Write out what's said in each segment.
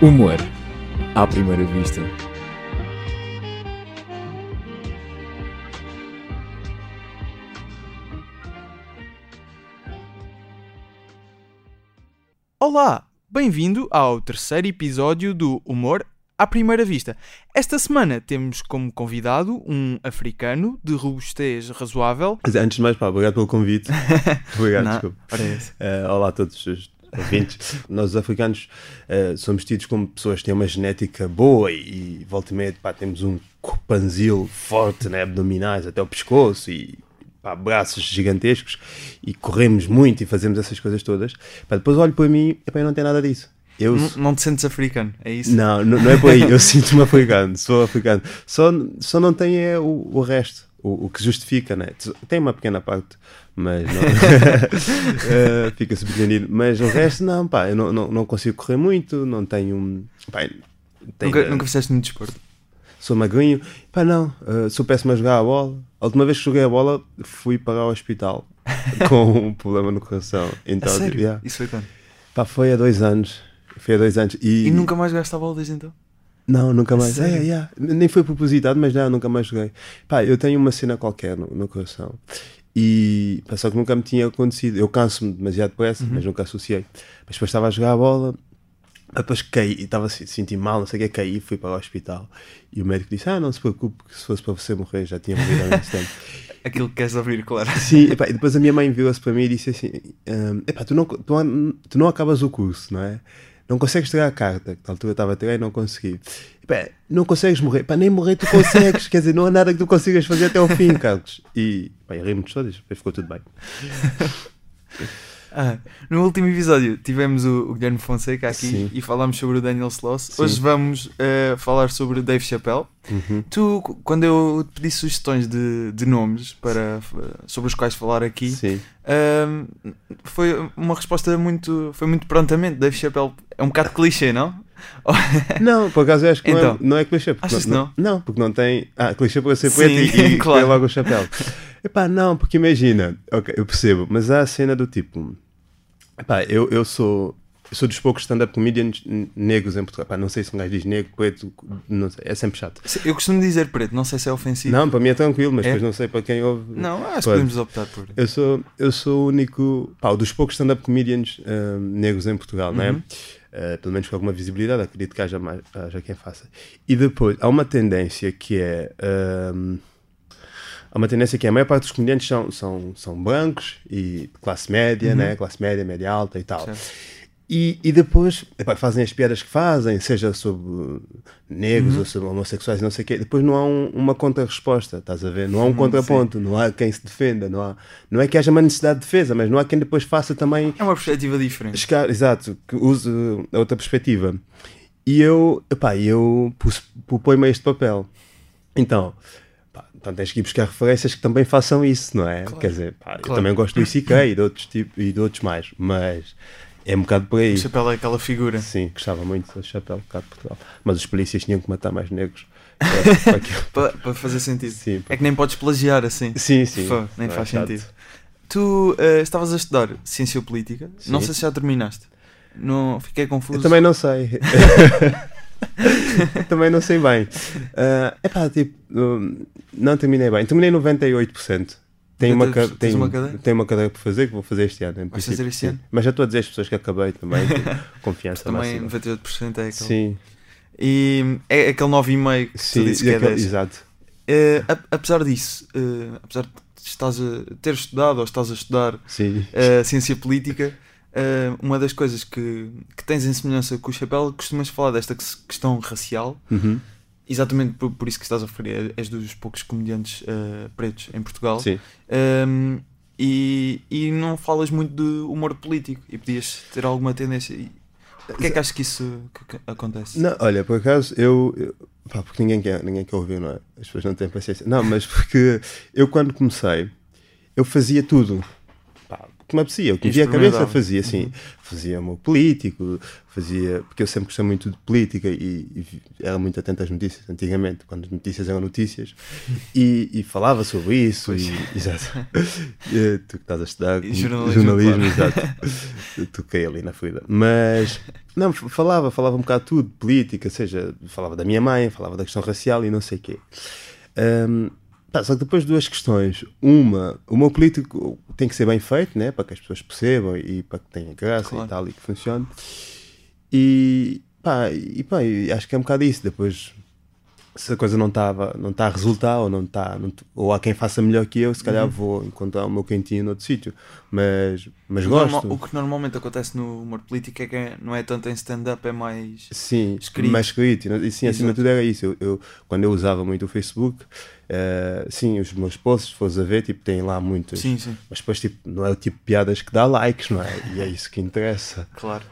Humor à primeira vista. Olá, bem-vindo ao terceiro episódio do Humor à primeira vista. Esta semana temos como convidado um africano de robustez razoável. Mas antes de mais, obrigado pelo convite. Obrigado, desculpa. Olá a todos os ouvintes. Nós, os africanos, somos tidos como pessoas que têm uma genética boa e volta e meia, temos um corpanzil forte, né, abdominais até o pescoço e braços gigantescos e corremos muito e fazemos essas coisas todas. Depois olho para mim e eu não tenho nada disso. Não te sentes africano, é isso? Não é por aí. Eu sinto-me africano, sou africano. Só não tem o resto, o que justifica, né? Tem uma pequena parte, mas não. Fica-se pequenino. Mas o resto, não, eu não consigo correr muito, não tenho. Nunca fizeste muito desporto? Sou magrinho, sou péssimo a jogar a bola. A última vez que joguei a bola fui para o hospital com um problema no coração. Então, a sério? Isso foi quando? Foi há 2 anos. E nunca mais jogaste a bola desde então? Não, nunca mais. Nem foi propositado, mas nunca mais joguei. Eu tenho uma cena qualquer no coração. E só que nunca me tinha acontecido. Eu canso-me demasiado depressa, mas nunca associei. Mas depois estava a jogar a bola. Depois caí e estava a sentir mal, não sei o que, caí, fui para o hospital e o médico disse, não se preocupe, que se fosse para você morrer já tinha morrido há muito tempo. Aquilo que queres ouvir, claro. Sim, e depois a minha mãe virou-se para mim e disse assim, tu não acabas o curso, não é? Não consegues tirar a carta, que na altura estava a tirar e não consegui. Não consegues morrer, nem morrer tu consegues, quer dizer, não há nada que tu consigas fazer até ao fim, Carlos. E rimos todos, depois ficou tudo bem. No último episódio tivemos o Guilherme Fonseca aqui. Sim. E falámos sobre o Daniel Sloss. Sim. Hoje vamos falar sobre o Dave Chappelle. Tu, quando eu te pedi sugestões de nomes sobre os quais falar aqui, foi uma resposta muito prontamente. Dave Chappelle é um bocado clichê, não? Não, por acaso eu acho que não é clichê. Achas não? Não, porque não tem. Clichê para ser preto e claro. Logo o chapéu. Não, porque imagina, ok, eu percebo, mas há a cena do tipo. Eu sou dos poucos stand-up comedians negros em Portugal. Não sei se um gajo diz negro, preto, não sei, é sempre chato. Eu costumo dizer preto, não sei se é ofensivo. Não, para mim é tranquilo, mas depois não sei para quem ouve. Não, acho que podemos optar por. Eu sou o único, dos poucos stand-up comedians negros em Portugal, não é? Pelo menos com alguma visibilidade, acredito que haja quem faça. E depois, há uma tendência que é... a maior parte dos comediantes são brancos e de classe média, né? Classe média, média alta e tal. E depois fazem as piadas que fazem, seja sobre negros ou sobre homossexuais, não sei o quê. Depois não há uma contra-resposta, estás a ver? Não há um contraponto, não há quem se defenda, não é que haja uma necessidade de defesa, mas não há quem depois faça também... É uma perspectiva diferente. Exato, que use a outra perspectiva. E eu proponho-me a este papel. Então tens que ir buscar referências que também façam isso, não é? Claro. Quer dizer, eu também gosto do ICK e de outros mais, mas é um bocado por aí. O Chapéu é aquela figura. Sim, gostava muito do Chapéu de Portugal. Mas os polícias tinham que matar mais negros. Para fazer sentido. Sim, é que nem podes plagiar assim. Sim. Nem faz sentido. Tu estavas a estudar Ciência Política. Sim. Não sei se já terminaste. Não, fiquei confuso. Eu também não sei. Também não sei bem. Não terminei bem. Terminei 98%. Tenho uma cadeira por fazer que vou fazer este ano. Vais fazer este ano? Mas já estou a dizer às pessoas que acabei também. Confiança também máxima. 98% é aquele. Sim. E é aquele 9,5% que tu disse que é 10%. Exato. Apesar disso, apesar de ter estudado ou estás a estudar Ciência Política, uma das coisas que tens em semelhança com o Chapéu, costumas falar desta questão racial. Exatamente por isso que estás a referir. És dos poucos comediantes pretos em Portugal. Sim. E não falas muito de humor político e podias ter alguma tendência. Porquê é que achas que isso acontece? Não, olha, por acaso porque ninguém quer ouvir, não é? As pessoas não têm paciência. Não, mas porque eu quando comecei eu fazia tudo. que me apetecia, o que me via a cabeça fazia, assim, fazia o meu político, porque eu sempre gostei muito de política e era muito atento às notícias, antigamente, quando as notícias eram notícias, e falava sobre isso, exato, tu que estás a estudar jornalismo claro. Exato, toquei ali na ferida, mas, não, falava um bocado de tudo, política, seja, falava da minha mãe, falava da questão racial e não sei o quê. Só que depois duas questões. Uma, o meu político tem que ser bem feito, né? Para que as pessoas percebam e para que tenha graça claro. E tal, e que funcione. E acho que é um bocado isso. Depois, se a coisa não está a resultar ou há quem faça melhor que eu, se calhar vou encontrar o meu cantinho noutro sítio. Mas gosto. O que normalmente acontece no humor político é que não é tanto em stand-up, é mais sim, escrito. Mais escrito. E sim, acima de tudo era isso. Quando eu usava muito o Facebook, sim, os meus posts, se fores a ver, tipo, têm lá muitas. Sim. Mas depois tipo, não é o tipo de piadas que dá likes, não é? E é isso que interessa. Claro.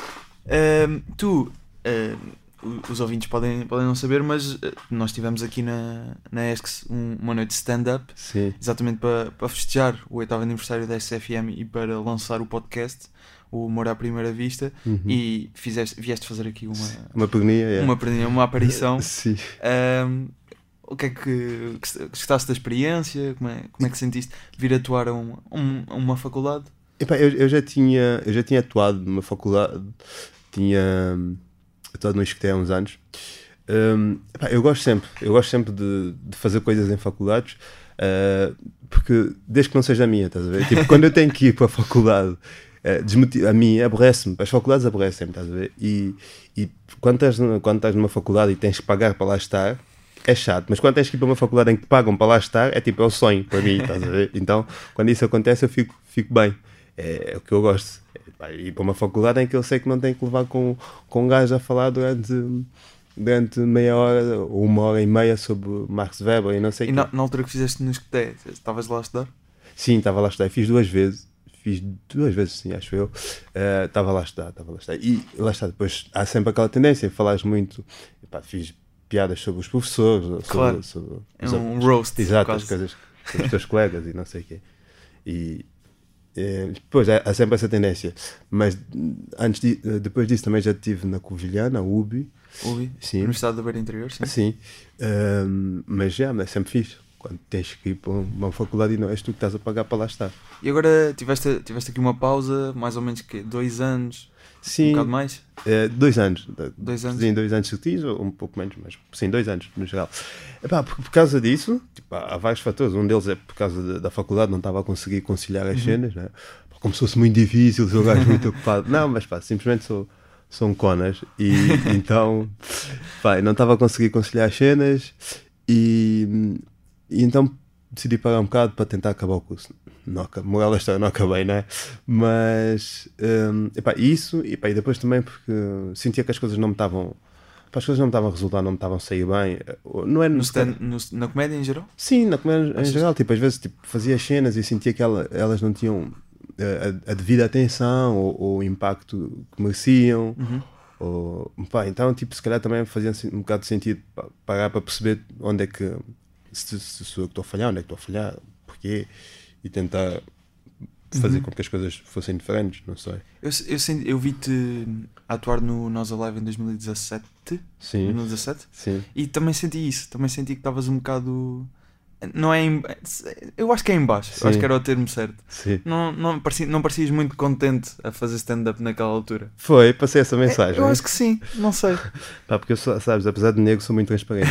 Os ouvintes podem não saber, mas nós tivemos aqui na ESCS uma noite de stand-up, exatamente para festejar o 8º aniversário da SFM e para lançar o podcast, o Humor à Primeira Vista, e vieste fazer aqui uma perninha, uma aparição. Sim. O que é que gostaste da experiência? Como é que sentiste vir atuar a uma faculdade? Eu já tinha atuado numa faculdade, tinha atuado no Isqueté há uns anos. Eu gosto sempre de fazer coisas em faculdades, porque desde que não seja a minha, estás a ver? Tipo, quando eu tenho que ir para a faculdade, a mim aborrece-me, as faculdades aborrecem-me, estás a ver? E quando estás numa faculdade e tens que pagar para lá estar, é chato, mas quando tens que ir para uma faculdade em que te pagam para lá estar, é o sonho para mim, estás a ver? Então, quando isso acontece, eu fico bem. É o que eu gosto. Ir para uma faculdade em que eu sei que não tenho que levar com um gajo a falar durante meia hora ou 1h30 sobre Max Weber e não sei o quê. E na altura que fizeste no Isqueté, estavas lá a estudar? Sim, estava lá a estudar. Fiz duas vezes, sim, acho eu. Estava lá a estudar. E lá está, depois há sempre aquela tendência, falares muito, fiz piadas sobre os professores, claro. sobre um roast. Exato, as coisas sobre os teus colegas e não sei o quê. E depois há sempre essa tendência. Mas depois disso também já estive na Covilhã, UBI. Sim. Universidade da Beira Interior, sim. Sim. Mas é sempre fixe. Quando tens que ir para uma faculdade e não és tu que estás a pagar para lá estar. E agora tiveste aqui uma pausa, mais ou menos 2 anos? Sim. Um bocado mais? 2 anos. 2 anos? Sim, 2 anos certinhos, ou um pouco menos, mas sim, 2 anos no geral. Por causa disso, há vários fatores. Um deles é por causa da faculdade, não estava a conseguir conciliar as cenas, né? Como se fosse muito difícil, sou um gajo muito ocupado. Não, mas simplesmente sou um conas e então não estava a conseguir conciliar as cenas e então decidi parar um bocado para tentar acabar o curso. Moral da história, não acabei, né? Mas isso e depois também porque sentia que as coisas não me estavam a resultar, não me estavam a sair bem. Não é na comédia em geral? Sim, na comédia em geral. Às vezes fazia as cenas e sentia que elas não tinham a devida atenção ou o impacto que mereciam. Então se calhar também fazia um bocado de sentido parar para perceber onde é que se sou eu que estou a falhar, onde é que estou a falhar, porquê, e tentar fazer com que as coisas fossem diferentes, não sei. Eu vi-te atuar no Nós Alive em 2017. Sim. 2017? Sim. E também senti isso, também senti que estavas um bocado... Não é eu acho que é em baixo. Eu acho que era o termo certo. Sim. Não parecias muito contente a fazer stand-up naquela altura. Passei essa mensagem. Eu acho que sim, não sei. Porque eu sabes, apesar de negro, sou muito transparente.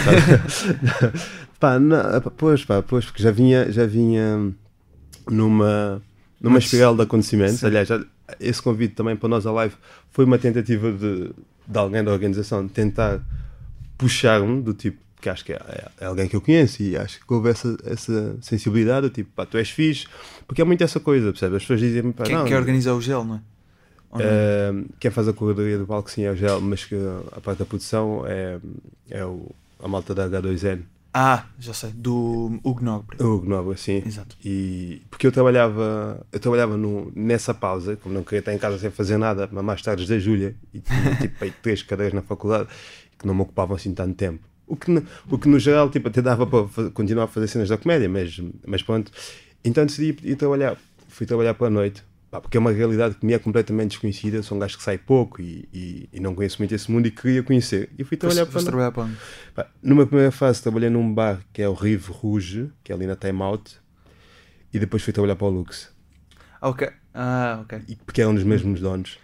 Pois, porque já vinha numa espiral de acontecimentos. Sim. Aliás, esse convite também para nós a live foi uma tentativa de alguém da organização tentar puxar-me do tipo, que acho que é alguém que eu conheço e acho que houve essa sensibilidade, tu és fixe, porque é muito essa coisa, percebes? As pessoas dizem-me... Quem organiza o GEL, não é? Quem faz a curadoria do palco, sim, é o GEL, mas que a parte da produção é a malta da H2N. Já sei, do Hugo Nobre. O Hugo Nobre, sim. Exato. E porque eu trabalhava nessa pausa, como não queria estar em casa sem fazer nada, mas mais tarde da Júlia, e tinha 3 cadeiras na faculdade que não me ocupavam assim tanto tempo. O que no geral até dava para continuar a fazer cenas da comédia, mas pronto. Então decidi ir trabalhar. Fui trabalhar pela noite. pá, porque é uma realidade que me é completamente desconhecida, sou um gajo que sai pouco e não conheço muito esse mundo e queria conhecer. E fui trabalhar para onde? Pá, numa primeira fase trabalhei num bar que é o Rive Rouge, que é ali na Time Out, e depois fui trabalhar para o Lux. Ok. Porque é um dos mesmos donos.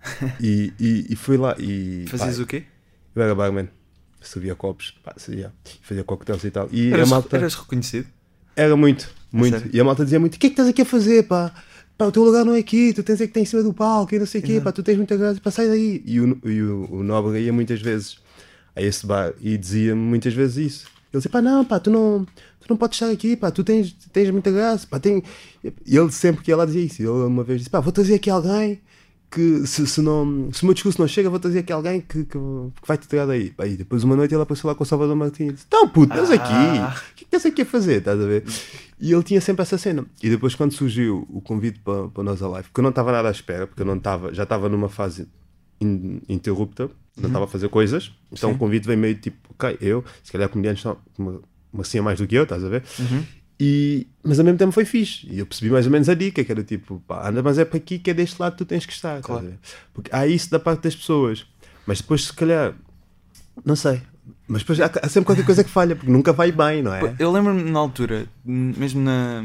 e fui lá e... Fazias o quê? Eu era barman. Servia copos, fazia coquetéis e tal. E eras reconhecido? Era muito. E a malta dizia muito: o que é que estás aqui a fazer, pá? Pá, o teu lugar não é aqui, tu tens é que estar em cima do palco e não sei o quê, pá, tu tens muita graça, pá, sai daí. E o Nobre ia muitas vezes a esse bar e dizia-me muitas vezes isso. Ele dizia: pá, não, pá, tu não podes estar aqui, pá, tu tens muita graça, pá, E ele sempre que ia lá dizia isso. Ele uma vez disse: pá, vou trazer aqui alguém que se o meu discurso não chega, vou trazer aqui alguém que vai te tirar daí. Pá, e depois uma noite ele apareceu lá com o Salvador Martins e disse: então puto, estás aqui, o que estás aqui a fazer, estás a ver? E ele tinha sempre essa cena. E depois quando surgiu o convite para nós a live, porque eu não estava nada à espera, porque eu já estava numa fase interrupta, não estava a fazer coisas, então o convite veio meio tipo, ok, se calhar comediantes mereciam mais do que eu, estás a ver? Mas ao mesmo tempo foi fixe, e eu percebi mais ou menos a dica, que era tipo, pá, anda, mas é para aqui que é deste lado que tu tens que estar, claro. Estás a ver? Porque há isso da parte das pessoas, mas depois se calhar, não sei, mas depois há sempre qualquer coisa que falha, porque nunca vai bem, não é? Eu lembro-me na altura, mesmo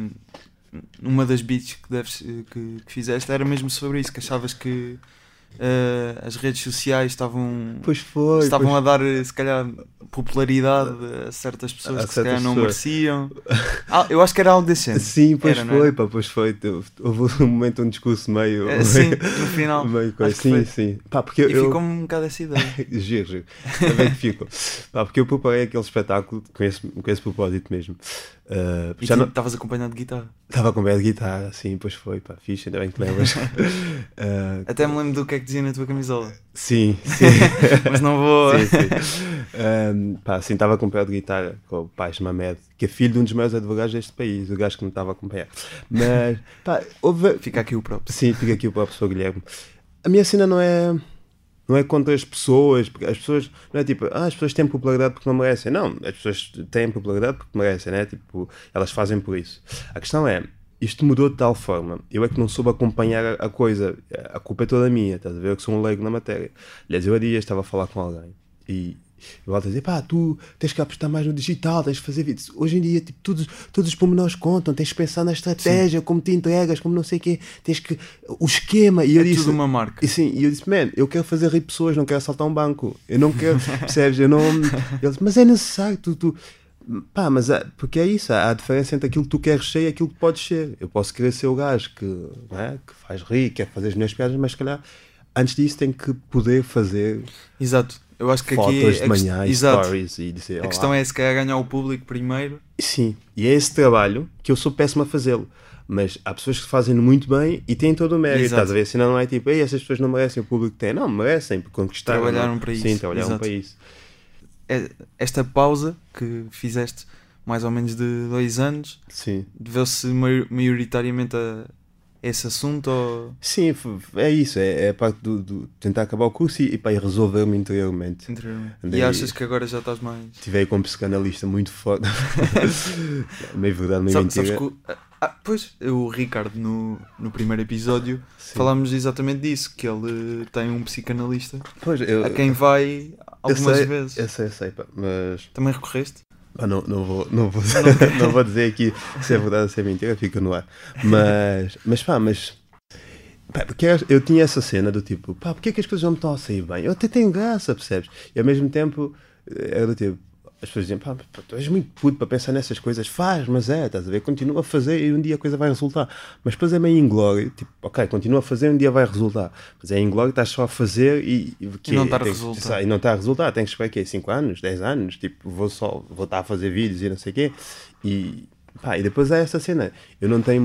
numa das beats que fizeste, era mesmo sobre isso, que achavas que as redes sociais estavam a dar, se calhar, popularidade a certas pessoas que se calhar não mereciam. Eu acho que era algo desse género. Sim, pois foi. Houve um momento, um discurso meio... sim, no final. Meio coisa. Sim. Pá, porque ficou-me um bocado essa ideia. Giro. Também que ficou. Pá, porque eu preparei aquele espetáculo com esse propósito mesmo. E já estavas acompanhado de guitarra? Estava acompanhado de guitarra, sim, pois foi, pá, fixe, ainda bem que lembras. Até me lembro do que é que dizia na tua camisola. Sim. Mas não vou... Sim. Pá, sim, estava acompanhado de guitarra com o Pais Mamed, que é filho de um dos maiores advogados deste país, o gajo que me estava a acompanhar. Mas, pá, Fica aqui o próprio. Sim, fica aqui o próprio Sr. Guilherme. A minha cena não é contra as pessoas, porque as pessoas, não é tipo, as pessoas têm popularidade porque não merecem. Não, as pessoas têm popularidade porque merecem, né? Tipo, elas fazem por isso. A questão é, isto mudou de tal forma, eu é que não soube acompanhar a coisa, a culpa é toda minha, estás a ver? Eu que sou um leigo na matéria. Aliás, eu há dias estava a falar com alguém e eu volto a dizer, pá, tu tens que apostar mais no digital, tens que fazer vídeos. Hoje em dia, tipo, todos os pormenores contam, tens que pensar na estratégia, sim, como te entregas, como não sei o quê, tens que... o esquema. E eu disse, tudo uma marca. E eu disse, man, eu quero fazer rir pessoas, não quero assaltar um banco. Eu não quero, percebes? Eu não... Ele disse, mas é necessário, Pá, mas porque é isso, há a diferença entre aquilo que tu queres ser e aquilo que podes ser. Eu posso querer ser o gajo que, não é, que faz rir, quer fazer as minhas piadas, mas se calhar, antes disso, tem que poder fazer... Exato. Eu acho que fotos aqui de manhã e stories e dizer, a questão é se quer ganhar o público primeiro. Sim, e é esse trabalho que eu sou péssimo a fazê-lo, mas há pessoas que fazem muito bem e têm todo o mérito. Exato. Estás a ver? Senão não é tipo, essas pessoas não merecem, o público tem. Não, merecem, porque conquistaram. Trabalharam para isso. Sim, trabalharam para isso. Esta pausa que fizeste mais ou menos de 2 anos, sim, deveu-se maioritariamente a esse assunto? Ou... Sim, é isso, é a parte do tentar acabar o curso e para resolver-me interiormente. E achas que agora já estás mais... Tive com um psicanalista muito forte. Meio verdade, meio mentira. Pois, o Ricardo no primeiro episódio, sim, falámos exatamente disso, que ele tem um psicanalista, pois, a quem vai algumas vezes. Eu sei, pá, mas... Também recorreste? Não vou dizer aqui se é verdade ou se é mentira, fica no ar. Mas porque eu tinha essa cena do tipo, pá, porque é que as coisas não me estão a sair bem? Eu até tenho graça, percebes? E ao mesmo tempo, era do tipo, as pessoas diziam, pá, tu és muito puto para pensar nessas coisas, mas estás a ver, continua a fazer e um dia a coisa vai resultar. Mas depois é meio inglório, tipo, ok, continua a fazer e um dia vai resultar. Mas é inglório, estás só a fazer e não está a resultar. E não está a resultar, tens que esperar aqui 5 anos, 10 anos, tipo, vou estar a fazer vídeos e não sei o quê. E depois é essa cena, eu não tenho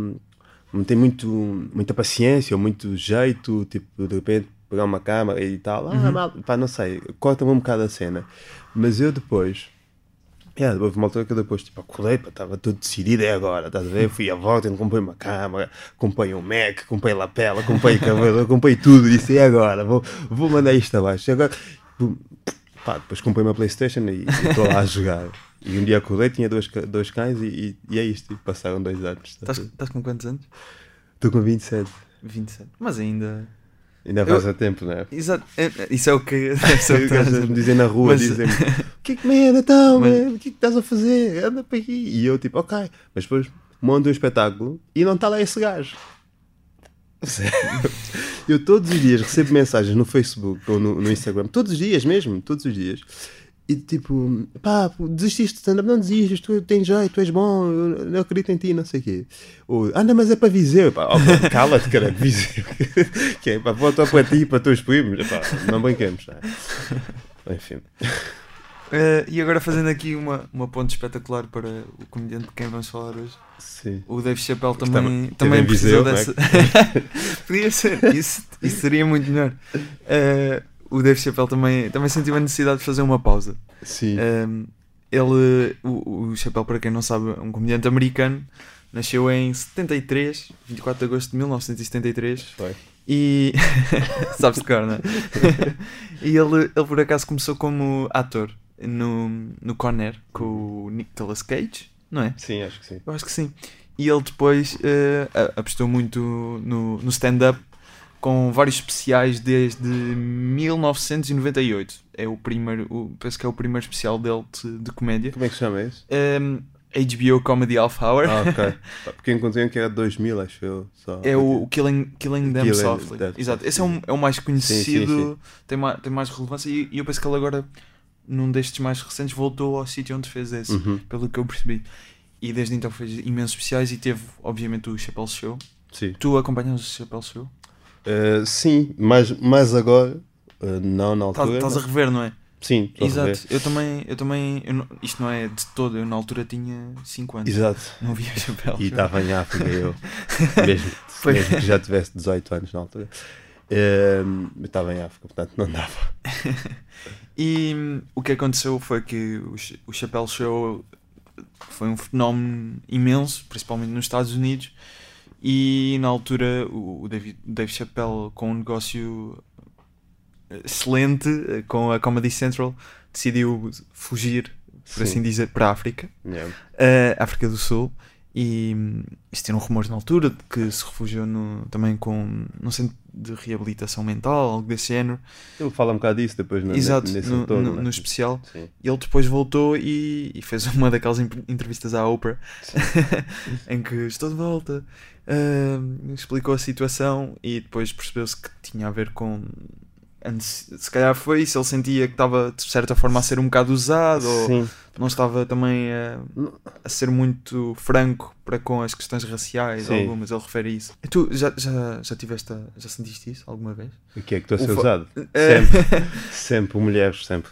muita paciência ou muito jeito, tipo, de repente pegar uma câmera e tal, não sei, corta-me um bocado a cena. Mas eu depois, houve uma altura que eu depois, tipo, acordei, estava tudo decidido, é agora, estás a ver? Fui à volta, comprei uma câmera, comprei um Mac, comprei lapela, comprei carregador, comprei tudo, e disse, é agora, vou mandar isto abaixo. E agora, depois comprei uma PlayStation e estou lá a jogar. E um dia acordei, tinha dois cães e é isto, e passaram 2 anos. Estás com quantos anos? Estou com 27. 27. Mas ainda vais a tempo, não é? Exato. Isso é o que me dizem na rua, dizem-me, o que é que merda, então, o que é que estás a fazer? Anda para aqui. E eu tipo, ok. Mas depois monto um espetáculo e não está lá esse gajo. Eu todos os dias recebo mensagens no Facebook ou no Instagram, todos os dias mesmo, todos os dias. E tipo, pá, desististe de stand-up, não desistes, tu tens jeito, tu és bom, eu acredito em ti, não sei o quê. Ou, anda, mas é para Viseu. Pá, oh, cala-te, caralho, Viseu. Que é, pá, volta para ti e para teus primos. Pá, não brinquemos, não é? Enfim. E agora fazendo aqui uma ponte espetacular para o comediante de quem vamos falar hoje. Sim. O Dave Chappelle também precisou dessa... Podia ser, isso seria muito melhor. O Dave Chappelle também sentiu a necessidade de fazer uma pausa. Sim. O Chappelle, para quem não sabe, é um comediante americano. Nasceu em 73, 24 de agosto de 1973. Foi. E... Sabes de cor, não é? E ele por acaso começou como ator no Con Air com o Nicolas Cage, não é? Sim, acho que sim. Eu acho que sim. E ele depois apostou muito no stand-up, com vários especiais desde 1998. É o primeiro, penso que é o primeiro especial dele de comédia. Como é que se chama isso? HBO Comedy Half Hour. Ok. Porque encontrei um que era 2000, acho eu. Só. É o Killing Them Softly. Exato. Esse é o mais conhecido, sim. Tem mais relevância e eu penso que ele agora, num destes mais recentes, voltou ao sítio onde fez esse, pelo que eu percebi. E desde então fez imensos especiais e teve, obviamente, o Chappelle Show. Sim. Tu acompanhas o Chappelle Show? Sim, mas agora, não na altura. Estás a rever, não é? Sim, exato. Eu também isto não é de todo, eu na altura tinha 5 anos. Exato. Não via o Chappelle. E estava em África eu, mesmo que já tivesse 18 anos na altura. Estava em África, portanto não dava. E o que aconteceu foi que o Chappelle Show foi um fenómeno imenso, principalmente nos Estados Unidos. E na altura o Dave Chappelle, com um negócio excelente com a Comedy Central, decidiu fugir, por assim dizer, para a África, África do Sul. E existiram rumores na altura de que se refugiou também num centro de reabilitação mental, algo desse género. Ele fala um bocado disso depois exato, nesse retorno, no especial. Sim. Ele depois voltou e fez uma daquelas entrevistas à Oprah em que estou de volta, explicou a situação e depois percebeu-se que tinha a ver com... Se calhar foi isso, ele sentia que estava de certa forma a ser um bocado usado. Sim. Ou não estava também a ser muito franco para com as questões raciais. Algumas, ele refere isso. E tu já sentiste isso alguma vez? O que é que estou a ser usado? Sempre, mulheres, sempre.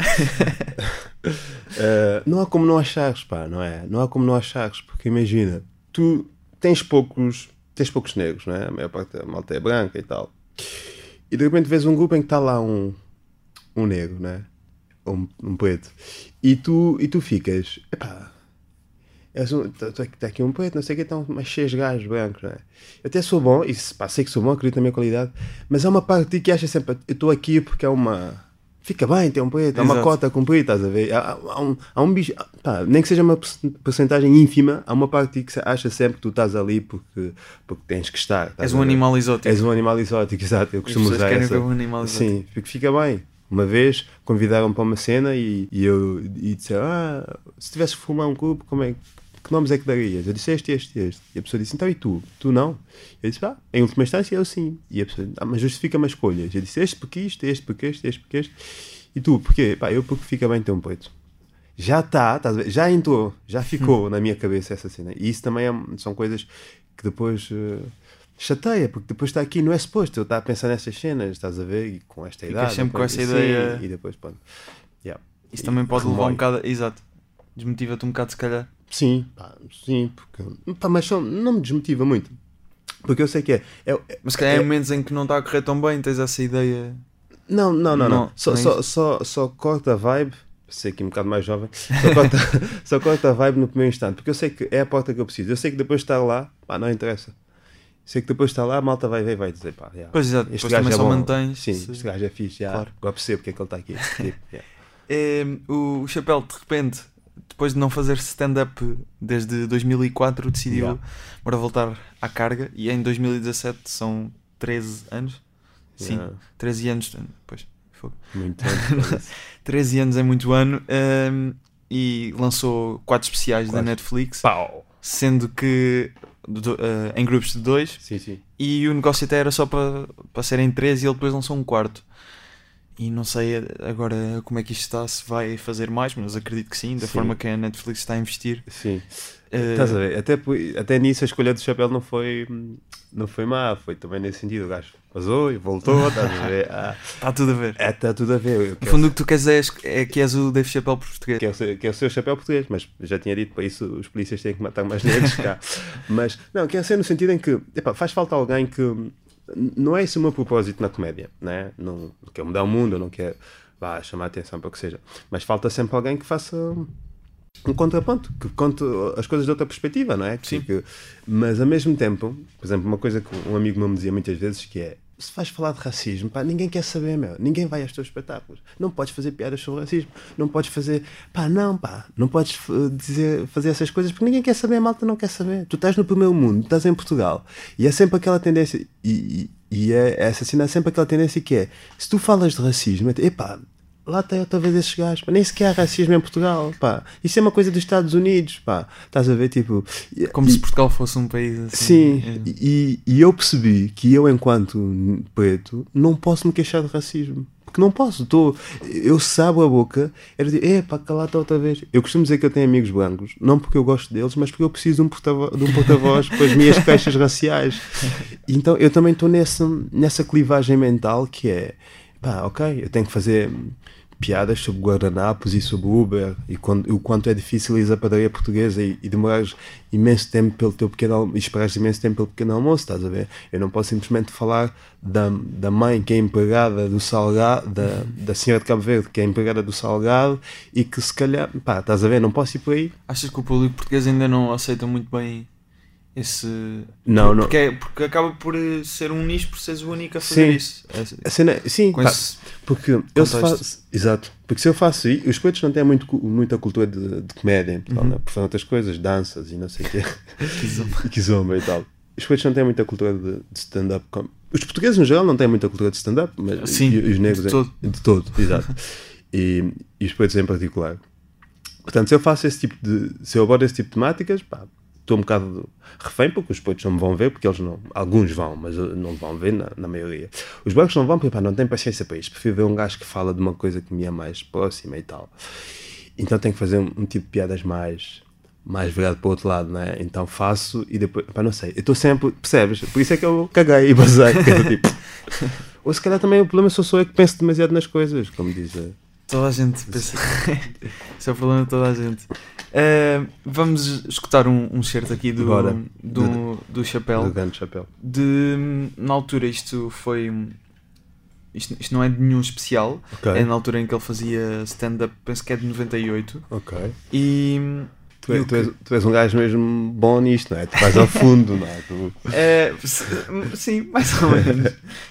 Não há como não achares, pá, não é? Não há como não achares, porque imagina, tu tens poucos negros, não é? A maior parte da malta é branca e tal. E de repente vês um grupo em que está lá um negro, né? Um preto. E tu ficas, epá, está aqui um preto, não sei o que, estão mais 6 gajos brancos, né? Eu até sou bom, e sei que sou bom, acredito na minha qualidade, mas há uma parte de ti que acha sempre, eu estou aqui porque é uma... Fica bem ter um preto, há uma cota cumprida, estás a ver? Há um bicho, pá, nem que seja uma porcentagem ínfima, há uma parte que acha sempre que tu estás ali porque tens que estar. És um animal exótico. És um animal exótico, exato. Eu costumo usar essa. Ver um animal exótico. Sim, porque fica bem. Uma vez convidaram-me para uma cena e disseram, se tivesse que formar um clube, que nomes é que darias? Eu disse este. E a pessoa disse, então e tu? Tu não? Eu disse, em última instância eu sim. E a pessoa, mas justifica-me as escolhas. Eu disse, este porque isto, este porque este. E tu, porquê? Eu porque fica bem ter um preto. Já está, já entrou, já ficou na minha cabeça essa cena. E isso também são coisas que depois chateia, porque depois está aqui, não é suposto eu estar a pensar nessas cenas, estás a ver? E com esta idade. Ficas sempre com essa ideia. E depois, pronto. Isso também pode levar um bocado, exato. Desmotiva-te um bocado, se calhar. Sim, porque... mas não me desmotiva muito. Porque eu sei que é... Mas se calhar em momentos em que não está a correr tão bem, tens essa ideia... Não. Só corta a vibe. Sei que é um bocado mais jovem. Só corta a vibe no primeiro instante. Porque eu sei que é a porta que eu preciso. Eu sei que depois de estar lá, não interessa. Sei que depois de estar lá, a malta vai ver e vai dizer, Pois exato, este gajo também é só mantens. Sim, este gajo é fixe, claro. Agora percebo porque é que ele está aqui. O Chappelle, de repente, depois de não fazer stand-up desde 2004, decidiu para voltar à carga. E em 2017 são 13 anos. Sim, 13 anos. Pois, foi. Muito ano. 13 anos é muito ano. E lançou 4 especiais da Netflix. Pau. Sendo que em grupos de 2. Sim. E o negócio até era só para serem 3 e ele depois lançou um quarto. E não sei agora como é que isto está, se vai fazer mais, mas acredito que sim, da forma que a Netflix está a investir. Sim. Estás a ver? Até nisso a escolha do chapéu não foi má, foi também nesse sentido. O gajo vazou e voltou, estás a ver? Está tudo a ver. Está tudo a ver. No fundo, o que tu queres é que és o Dave Chappelle português. Que é o seu chapéu português, mas já tinha dito, para isso os polícias têm que matar mais negros cá. Mas, não, quer ser no sentido em que faz falta alguém que. Não é esse o meu propósito na comédia, né? Não quer mudar o mundo, não quer chamar a atenção para o que seja, mas falta sempre alguém que faça um contraponto, que conte as coisas de outra perspectiva, não é? Mas ao mesmo tempo, por exemplo, uma coisa que um amigo meu me dizia muitas vezes, que é: se vais falar de racismo, ninguém quer saber, ninguém vai aos teus espetáculos, não podes fazer piadas sobre racismo, não podes fazer, não podes fazer essas coisas porque ninguém quer saber, a malta não quer saber. Tu estás no primeiro mundo, estás em Portugal, e é sempre aquela tendência, e é assassinar sempre aquela tendência que é: se tu falas de racismo, lá tem outra vez esses gajos, nem sequer há racismo em Portugal, isso é uma coisa dos Estados Unidos, estás a ver, tipo... Como se Portugal fosse um país assim. Sim, e eu percebi que eu, enquanto preto, não posso me queixar de racismo, porque não posso, eu sabo a boca, era dizer, calata outra vez. Eu costumo dizer que eu tenho amigos brancos, não porque eu gosto deles, mas porque eu preciso de um porta-voz para as minhas queixas raciais. Então eu também estou nessa clivagem mental que é, ok, eu tenho que fazer piadas sobre guardanapos e sobre Uber e o quanto é difícil ir à padaria portuguesa e demorares imenso tempo pelo teu pequeno almoço, e esperares imenso tempo pelo pequeno almoço, estás a ver? Eu não posso simplesmente falar da mãe que é empregada do Salgado, da senhora de Cabo Verde que é empregada do Salgado e que se calhar, estás a ver? Não posso ir por aí. Achas que o público português ainda não aceita muito bem esse... Não. Porque acaba por ser um nicho, por seres o único a fazer isso. Sim, porque eu faço... Exato. Porque se eu faço isso, os pretos não têm muita cultura de comédia, né? Por outras coisas, danças e não sei o quê. Kizomba e tal. Os pretos não têm muita cultura de stand-up. Os portugueses, no geral, não têm muita cultura de stand-up, mas sim, e os negros de todo, exato. E os pretos em particular. Portanto, se eu abordo esse tipo de temáticas, estou um bocado refém, porque os pretos não me vão ver, porque eles não... Alguns vão, mas não vão ver na maioria. Os brancos não vão, porque não têm paciência para isto. Prefiro ver um gajo que fala de uma coisa que me é mais próxima e tal. Então tenho que fazer um tipo de piadas mais virado para o outro lado, né? Então faço e depois... não sei. Eu estou sempre... Percebes? Por isso é que eu caguei e basei. Tipo... Ou se calhar também o problema sou eu que penso demasiado nas coisas, como diz... Toda a gente pensa. Esse é o problema de toda a gente. Vamos escutar um certo aqui do Chappelle. Do grande Chappelle. Na altura isto foi... Isto não é de nenhum especial. Okay. É na altura em que ele fazia stand-up, penso que é de 98. Ok. E... Tu és um gajo mesmo bom nisto, não é? Tu vais ao fundo, não é? Sim, mais ou menos.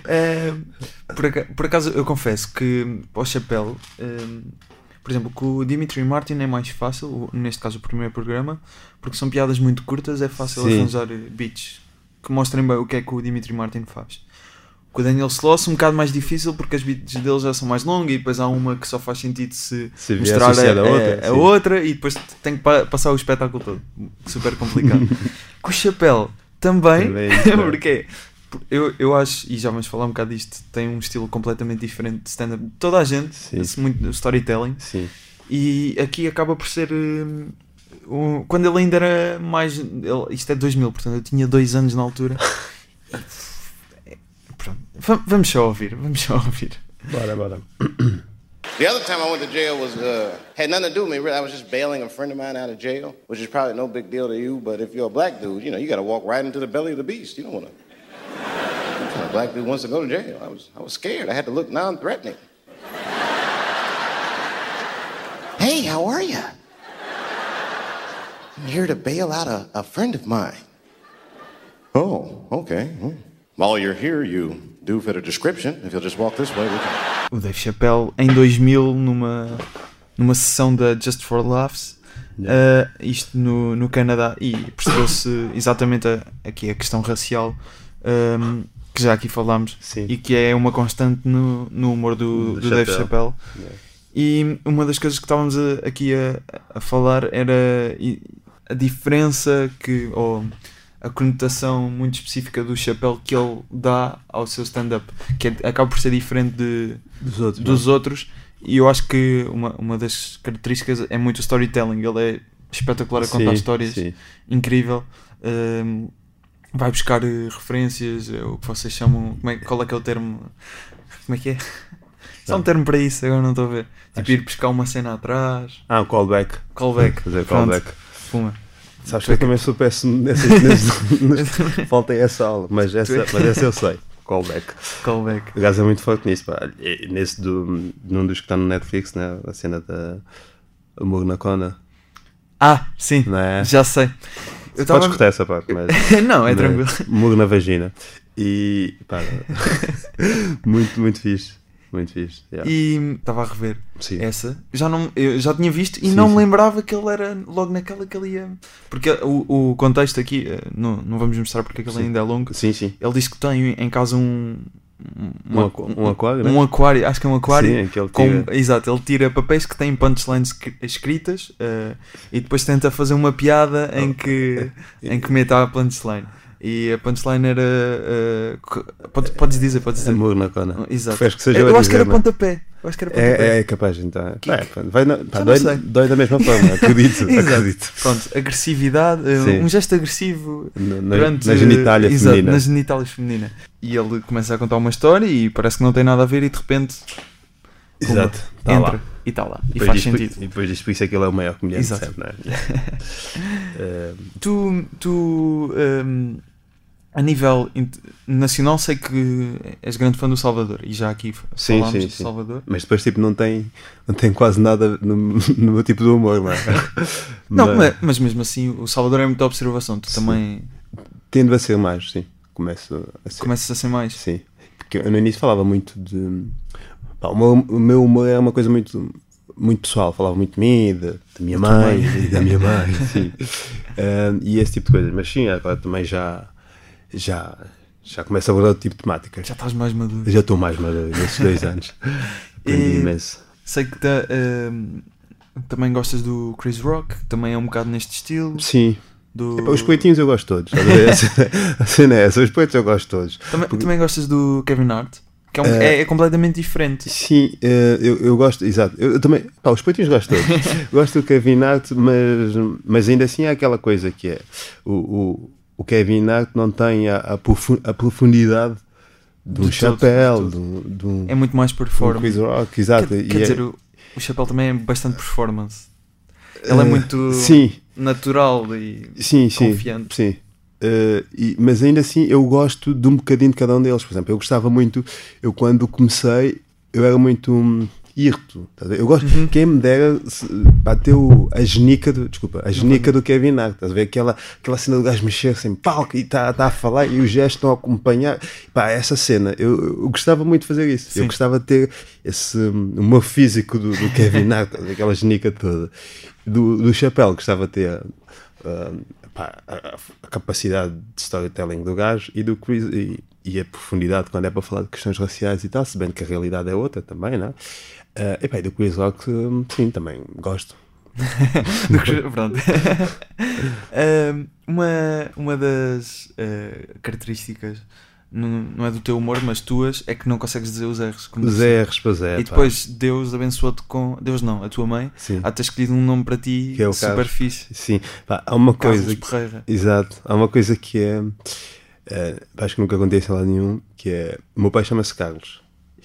Por acaso, eu confesso que o Chappelle, por exemplo, com o Dimitri Martin é mais fácil, neste caso o primeiro programa, porque são piadas muito curtas, é fácil arranjar beats que mostrem bem o que é que o Dimitri Martin faz. Com o Daniel Sloss um bocado mais difícil, porque as beats dele já são mais longas e depois há uma que só faz sentido se mostrar a outra e depois tem que passar o espetáculo todo. Super complicado. Com o Chappelle também porque eu acho, e já vamos falar um bocado disto, tem um estilo completamente diferente de stand-up. Toda a gente, muito storytelling. Sim. E aqui acaba por ser... quando ele ainda era mais... isto é 2000, portanto eu tinha 2 anos na altura. Vamos só ouvir. Bora. The other time I went to jail was had nothing to do with me, really. I was just bailing a friend of mine out of jail, which is probably no big deal to you, but if you're a black dude, you got to walk right into the belly of the beast. You don't want to... A black dude wants to go to jail. I was scared. I had to look non-threatening. Hey, how are you? I'm here to bail out a friend of mine. Oh, okay. While you're here, you do fit a description. If you'll just walk this way, we can... O Dave Chappelle, em 2000, numa sessão da Just for Laughs, isto no Canadá, e percebeu-se exatamente aqui a questão racial, que já aqui falámos, sim, e que é uma constante no humor do Dave Chappelle. Yeah. E uma das coisas que estávamos aqui a falar era a diferença ou a conotação muito específica do Chappelle que ele dá ao seu stand-up, que acaba por ser diferente dos outros, e eu acho que uma das características é muito o storytelling. Ele é espetacular a contar histórias, incrível, vai buscar referências, o que vocês chamam, qual é que é o termo, como é que é? Só um termo para isso, agora não estou a ver. Tipo, ir buscar uma cena atrás. O callback. Fazer callback. Fuma. Sabes que eu também sou péssimo faltei essa aula, mas essa eu sei. Callback. O gajo é muito forte nisso, pá. Nesse num dos que está no Netflix, né? A cena da Humor na Cona. Sim, é? Já sei. Podes cortar essa parte, mas... Não, é tranquilo. Humor na vagina. E, pá, muito, muito fixe. Muito fixe. Yeah. E estava a rever essa. Eu já tinha visto e não me lembrava que ele era logo naquela que ele ia. Porque o contexto aqui, não vamos mostrar porque aquele ainda é longo. Sim. Ele diz que tem em casa um aquário, né? Um aquário, acho que é um aquário. Sim, que ele tira. Exato, ele tira papéis que têm punchlines escritas e depois tenta fazer uma piada em que meta a punchline. E a punchline era. Podes dizer. Amor na Cona. Exato. Que seja eu acho que era pontapé. É capaz, então. Dói da mesma forma, acredito. Pronto, agressividade, um gesto agressivo na genitália feminina. Exato, nas genitálias femininas. E ele começa a contar uma história e parece que não tem nada a ver e de repente. Exato. Entra lá. E está lá. E faz sentido. E depois diz por isso é que ele é o maior comediante de sempre, não é? Tu a nível nacional, sei que és grande fã do Salvador e já aqui falámos do Salvador. Mas depois tipo, não tem quase nada no meu tipo de humor, não é? Mas mesmo assim o Salvador é muita observação. Tu também tendo a ser mais, sim. Começas a ser mais? Sim. Porque eu no início falava muito de... O meu humor era uma coisa muito, muito pessoal. Falava muito de mim, da minha mãe e da minha mãe. Sim. E esse tipo de coisas. Mas sim, agora também já começo a abordar outro tipo de temáticas. Já estás mais maduro. Já estou mais maduro nesses 2 anos. Aprendi imenso. Sei que também gostas do Chris Rock, também é um bocado neste estilo. Sim. Os poetinhos eu gosto todos. A cena é essa, os poetos eu gosto todos. Também gostas do Kevin Hart? Que é completamente diferente. Sim, eu gosto, exato. Eu também, os poetinhos gosto todos. Gosto do Kevin Hart, mas ainda assim há aquela coisa que é o Kevin Hart não tem a profundidade do Chappelle, é muito mais performance. Do Chris Rock, exato. Quer dizer, o Chappelle também é bastante performance. Ele é muito natural e confiante. Sim. Mas ainda assim eu gosto de um bocadinho de cada um deles. Por exemplo, eu gostava muito, quando comecei, eu era muito irto. Eu gosto, quem me dera bateu a genica do Kevin Hart. Estás a ver aquela cena do gajo mexer-se em palco e está a falar e os gestos estão a acompanhar. Essa cena, eu gostava muito de fazer isso. Sim. Eu gostava de ter o meu físico do Kevin Hart, aquela genica toda. Do Chappelle, gostava de ter a capacidade de storytelling do gajo e do Chris e a profundidade quando é para falar de questões raciais e tal, se bem que a realidade é outra também, não é? Do Chris Rock, sim, também gosto. Pronto. Uma das características, não é do teu humor, mas tuas, é que não consegues dizer os R's. Os R's, pois é. E depois Deus abençoou-te com... Deus não, a tua mãe, a ter escolhido um nome para ti que é o super Carlos. Fixe. Sim, há uma coisa... Exato. Há uma coisa que é... acho que nunca acontece lá nenhum, que é... O meu pai chama-se Carlos.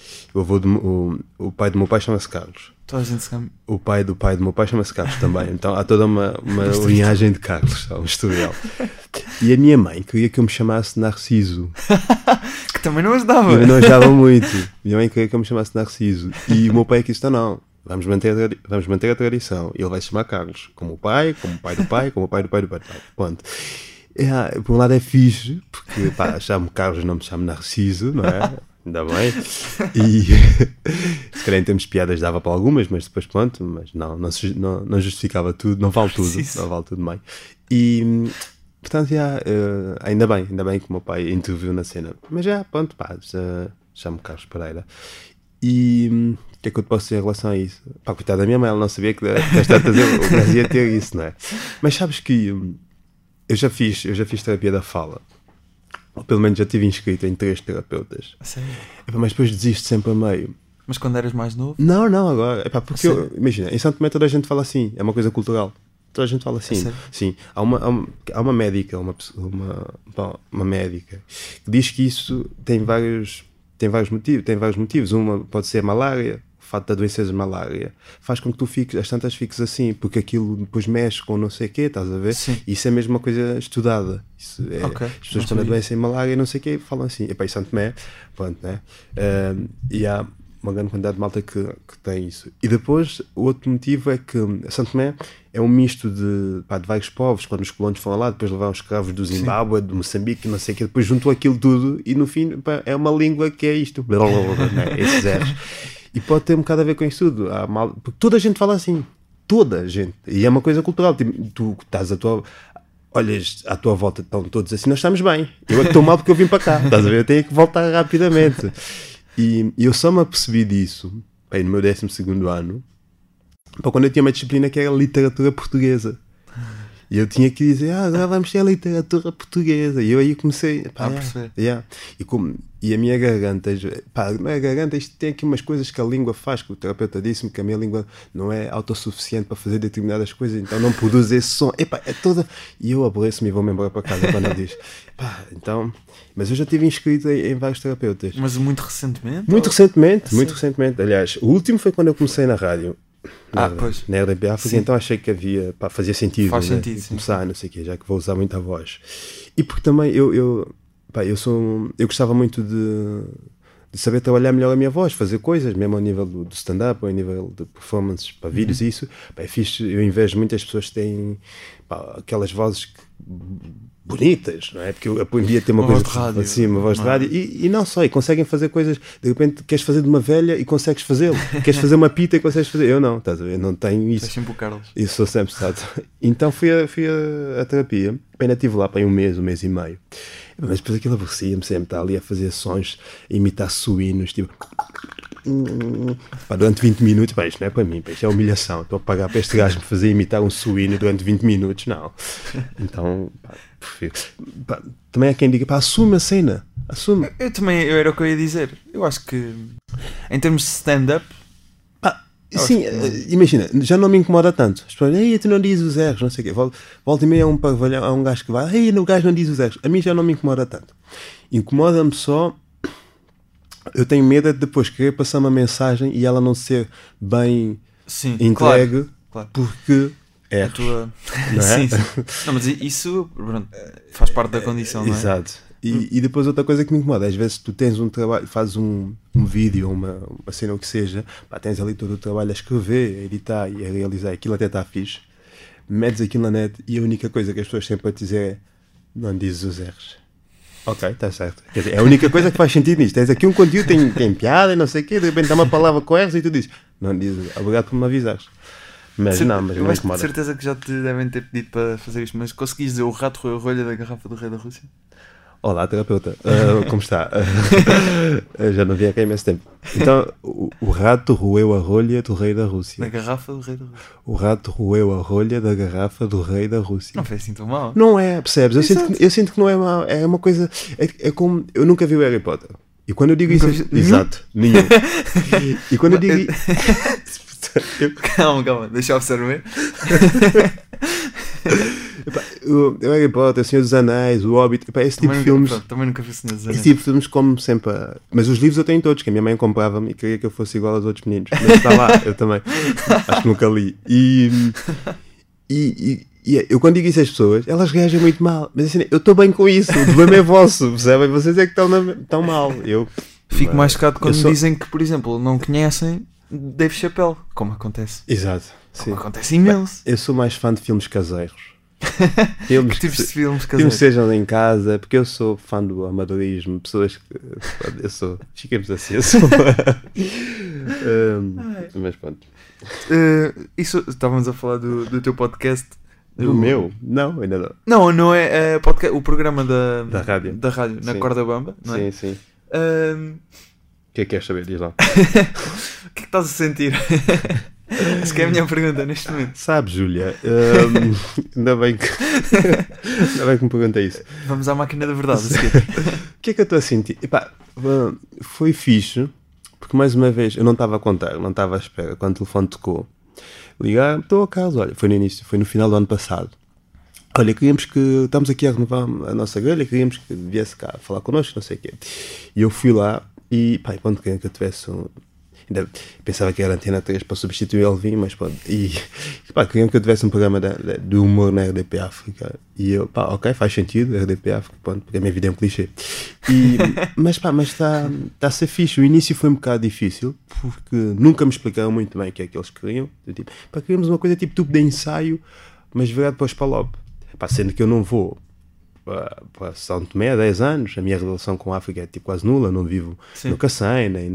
O pai do meu pai chama-se Carlos. Toda a gente se chama... O pai do meu pai chama-se Carlos também. Então há toda uma linhagem de Carlos, um historial. E a minha mãe queria que eu me chamasse Narciso. Que também não ajudava. Não ajudava muito. Minha mãe queria que eu me chamasse Narciso. E o meu pai disse, não, vamos manter a tradição. Ele vai se chamar Carlos. Como o pai do pai, como o pai do pai do pai. Ponto. Por um lado é fixe, porque chamo Carlos, não me chamo Narciso, não é? Ainda bem. E se calhar em termos de piadas dava para algumas, mas depois mas não justificava tudo, não vale tudo, não vale tudo bem. Portanto, ainda bem que o meu pai interviu na cena. Mas pronto, pá, chamo Carlos Pereira. E o que é que eu te posso dizer em relação a isso? Pá, coitada da minha mãe, ela não sabia que esta o Brasil ia ter isso, não é? Mas sabes que eu já fiz terapia da fala. Ou pelo menos já estive inscrito em 3 terapeutas. Sério? Mas depois desisto sempre a meio. Mas quando eras mais novo? Não, agora. Porque imagina, em Santo Tomé toda a gente fala assim, é uma coisa cultural. Toda a gente fala assim. Sim. Há uma médica, uma médica, que diz que isso tem vários motivos. Uma pode ser malária. O fato da doença de malária faz com que tu fiques assim, porque aquilo depois mexe com não sei o quê, estás a ver? Sim. Isso é mesmo uma coisa estudada. As pessoas quando a doença em malária não sei o quê falam assim, epá, isso é Santo Tomé, pronto, né? E há uma grande quantidade de malta que tem isso. E depois o outro motivo é que Santo Tomé é um misto de vários povos. Quando os colonos foram lá, depois levaram os escravos do Zimbábue, de Moçambique, não sei o quê, depois juntou aquilo tudo e no fim é uma língua que é isto, né? Esses erros. E pode ter um bocado a ver com isso tudo. Porque toda a gente fala assim. Toda a gente. E é uma coisa cultural. Tu estás olhas à tua volta, estão todos assim, nós estamos bem. Eu é que estou mal porque eu vim para cá. Estás a ver? Eu tenho que voltar rapidamente. E eu só me apercebi disso no meu 12º ano, quando eu tinha uma disciplina que era literatura portuguesa. E eu tinha que dizer, agora vamos ter a literatura portuguesa. E eu aí comecei a perceber. E a minha garganta, não é garganta, isto tem aqui umas coisas que a língua faz, que o terapeuta disse-me que a minha língua não é autossuficiente para fazer determinadas coisas, então não produz esse som. É toda. E eu aborreço-me e vou-me embora para casa quando ele diz. Então. Mas eu já estive inscrito em vários terapeutas. Mas muito recentemente? Muito recentemente. Aliás, o último foi quando eu comecei na rádio. Pois. Na RDP África, então achei que fazia sentido, Faz sentido, começar, não sei o quê, já que vou usar muito a voz. E porque também eu gostava muito de saber trabalhar melhor a minha voz, fazer coisas, mesmo ao nível do stand-up, ao nível de performances para vídeos e isso. Eu invejo muitas pessoas que têm aquelas vozes bonitas, não é? Porque eu aprendi a ter uma coisa voz de rádio, assim, uma voz de rádio e não só, e conseguem fazer coisas, de repente queres fazer de uma velha e consegues fazê-lo, queres fazer uma pita e consegues fazer, eu não, estás a ver, eu não tenho isso. É sempre o Carlos. Eu sou sempre estado. Então fui a terapia, ainda estive lá para um mês e meio, mas depois aquilo aborrecia-me sempre, estar ali a fazer sons, a imitar suínos, tipo... durante 20 minutos, isto não é para mim, isto é humilhação, estou a pagar para este gajo me fazer imitar um suíno durante 20 minutos, não. Então, prefiro. Também há quem diga, assume a cena, assume. Eu era o que eu ia dizer, eu acho que em termos de stand-up, sim, imagina, já não me incomoda tanto. As pessoas, tu não dizes os erros, não sei o quê. Volta e meia há um gajo que vai, o gajo não diz os erros. A mim já não me incomoda tanto. Incomoda-me só. Eu tenho medo de depois querer passar uma mensagem e ela não ser bem entregue, claro. Porque é a tua... não é? Sim. Não, mas isso faz parte da condição, não é? Exato. E depois outra coisa que me incomoda, às vezes tu tens um trabalho, fazes um vídeo, uma cena ou o que seja, tens ali todo o trabalho a escrever, a editar e a realizar, aquilo até está fixe, metes aquilo na net e a única coisa que as pessoas sempre a dizer é, não dizes os erros. Ok, está certo. Quer dizer, é a única coisa que faz sentido nisto. Tens aqui um conteúdo, tem piada e não sei o quê, de repente dá uma palavra com erros e tu dizes, não dizes, obrigado por me avisares. Mas não me incomoda. De certeza que já te devem ter pedido para fazer isto, mas conseguis dizer o rato roeu a rolha da garrafa do rei da Rússia? Olá, terapeuta. Como está? Já não vi aqui há imenso tempo. Então, o rato roeu a rolha do rei da Rússia. Da garrafa do rei da Rússia. O rato roeu a rolha da garrafa do rei da Rússia. Não foi assim tão mal. Não é, percebes? Eu sinto que não é mal. É uma coisa... É como... Eu nunca vi o Harry Potter. E quando eu digo isso... Exato. Nenhum. E quando eu digo... Calma. Deixa eu observar. O Harry Potter, o Senhor dos Anéis, o Hobbit, esse tipo de filmes. Também nunca vi o Senhor dos Anéis. Esse tipo de filmes, como sempre. Mas os livros eu tenho todos, que a minha mãe comprava-me e queria que eu fosse igual aos outros meninos. Mas está lá, eu também. Acho que nunca li. E eu quando digo isso às pessoas, elas reagem muito mal. Mas assim, eu estou bem com isso, o problema é vosso, percebem? Vocês é que estão mal. Fico mais chocado quando me dizem que, por exemplo, não conhecem Dave Chappelle, como acontece. Exato. Como acontece imenso. Eu sou mais fã de filmes caseiros. Que tipos de filmes caseiros? Filmes sejam em casa, porque eu sou fã do amadorismo, pessoas que fiquemos assim, mas pronto. Isso, estávamos a falar do teu podcast, O meu? Não, ainda não. Não é podcast, o programa da rádio. Da rádio, na Corda Bamba, não é? Sim. O que é que queres saber? Diz lá. O que é que estás a sentir? Acho que é a minha pergunta neste momento. Sabes, Júlia, ainda bem que me perguntei isso. Vamos à máquina da verdade. O que é que eu estou a sentir? Epá, foi fixe, porque mais uma vez eu não estava a contar, não estava à espera. Quando o telefone tocou, ligar, estou a casa, olha, foi no final do ano passado. Olha, queríamos que, estamos aqui a renovar a nossa grelha, queríamos que viesse cá falar connosco, não sei o quê. E eu fui lá e, pá, quando queria que eu tivesse ainda pensava que era a Antena 3 para substituir o Elvin, mas pronto. E pá, queriam que eu tivesse um programa de humor na RDP África. E eu, pá, ok, faz sentido, RDP África, pronto, porque a minha vida é um clichê. Mas está a ser fixe. O início foi um bocado difícil, porque nunca me explicaram muito bem o que é que eles queriam. Tipo, pá, queríamos uma coisa tipo tubo de ensaio, mas virado para os Palop. Pá, sendo que eu não vou para São Tomé há 10 anos, a minha relação com a África é tipo quase nula, não vivo no Cacém, nem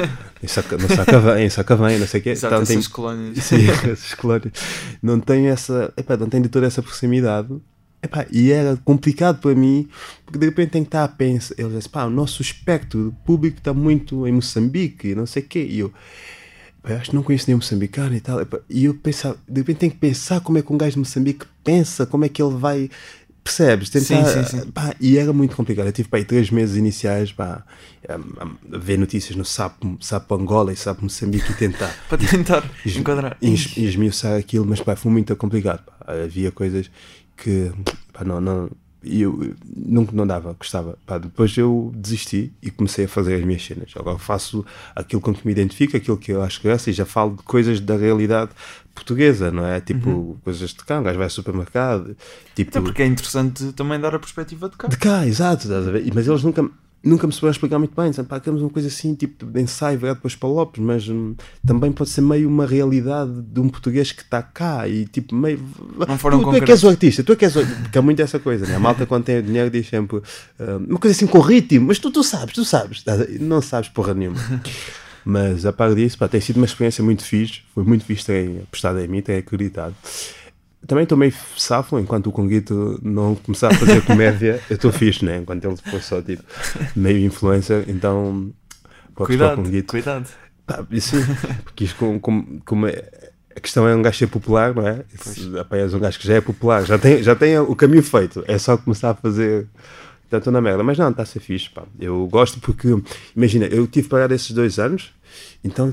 em Sacavém, não sei o quê. Exato, então, essas colónias. Sim, essas colónias. Não tenho não tenho de toda essa proximidade. E era complicado para mim, porque de repente tem que estar a pensar, eles dizem, pá, o nosso espectro público está muito em Moçambique, e não sei o quê, e eu acho que não conheço nenhum moçambicano e tal, e eu pensava, de repente tenho que pensar como é que um gajo de Moçambique pensa, como é que ele vai... Percebes? Tentar, sim. Pá, e era muito complicado. Eu tive 3 meses iniciais a ver notícias no SAP Angola e SAP Moçambique e tentar para tentar enquadrar e esmiuçar aquilo, mas pá, foi muito complicado. Havia coisas que pá, eu não dava, gostava. Pá, depois eu desisti e comecei a fazer as minhas cenas. Agora faço aquilo com que me identifico, aquilo que eu acho graça, e já falo de coisas da realidade portuguesa, não é? Tipo, coisas de cá, um gajo vai ao supermercado. Tipo... Até porque é interessante também dar a perspectiva de cá. De cá, exato. Mas eles nunca me souberam explicar muito bem. Pá, queremos uma coisa assim, tipo de ensaio virado para os Palopes, mas também pode ser meio uma realidade de um português que está cá e tipo meio... Não foram tu é que és o artista, porque há muito essa coisa, né? A malta quando tem dinheiro diz sempre uma coisa assim com ritmo, mas tu sabes, não sabes porra nenhuma. Mas a par disso, pá, tem sido uma experiência muito fixe, foi muito fixe terem apostado em mim, terem acreditado. Também estou meio safo, enquanto o Conguito não começar a fazer comédia, eu estou fixe, né? Enquanto ele for só tipo meio influencer, então cuidado. Pá, sim, porque isto como a questão é um gajo ser popular, não é? Se apanhas um gajo que já é popular, já tem o caminho feito, é só começar a fazer. Então estou na merda, mas não, está a ser fixe, pá. Eu gosto porque, imagina, eu tive parado esses 2 anos, então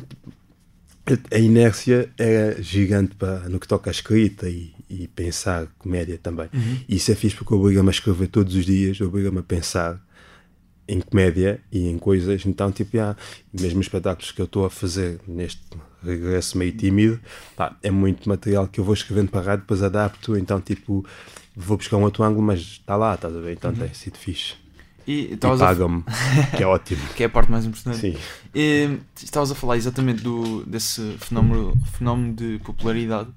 a inércia era gigante no que toca à escrita e pensar comédia também. E isso é fixe porque obriga-me a escrever todos os dias, obriga-me a pensar em comédia e em coisas. Então, tipo, mesmo os espetáculos que eu estou a fazer neste regresso meio tímido, pá, é muito material que eu vou escrevendo para a rádio, depois adapto, então, tipo, vou buscar um outro ângulo, mas está lá, estás a ver? Então tem sido fixe. E pagam-me, que é ótimo. Que é a parte mais importante. Sim. E estavas a falar exatamente desse fenómeno de popularidade,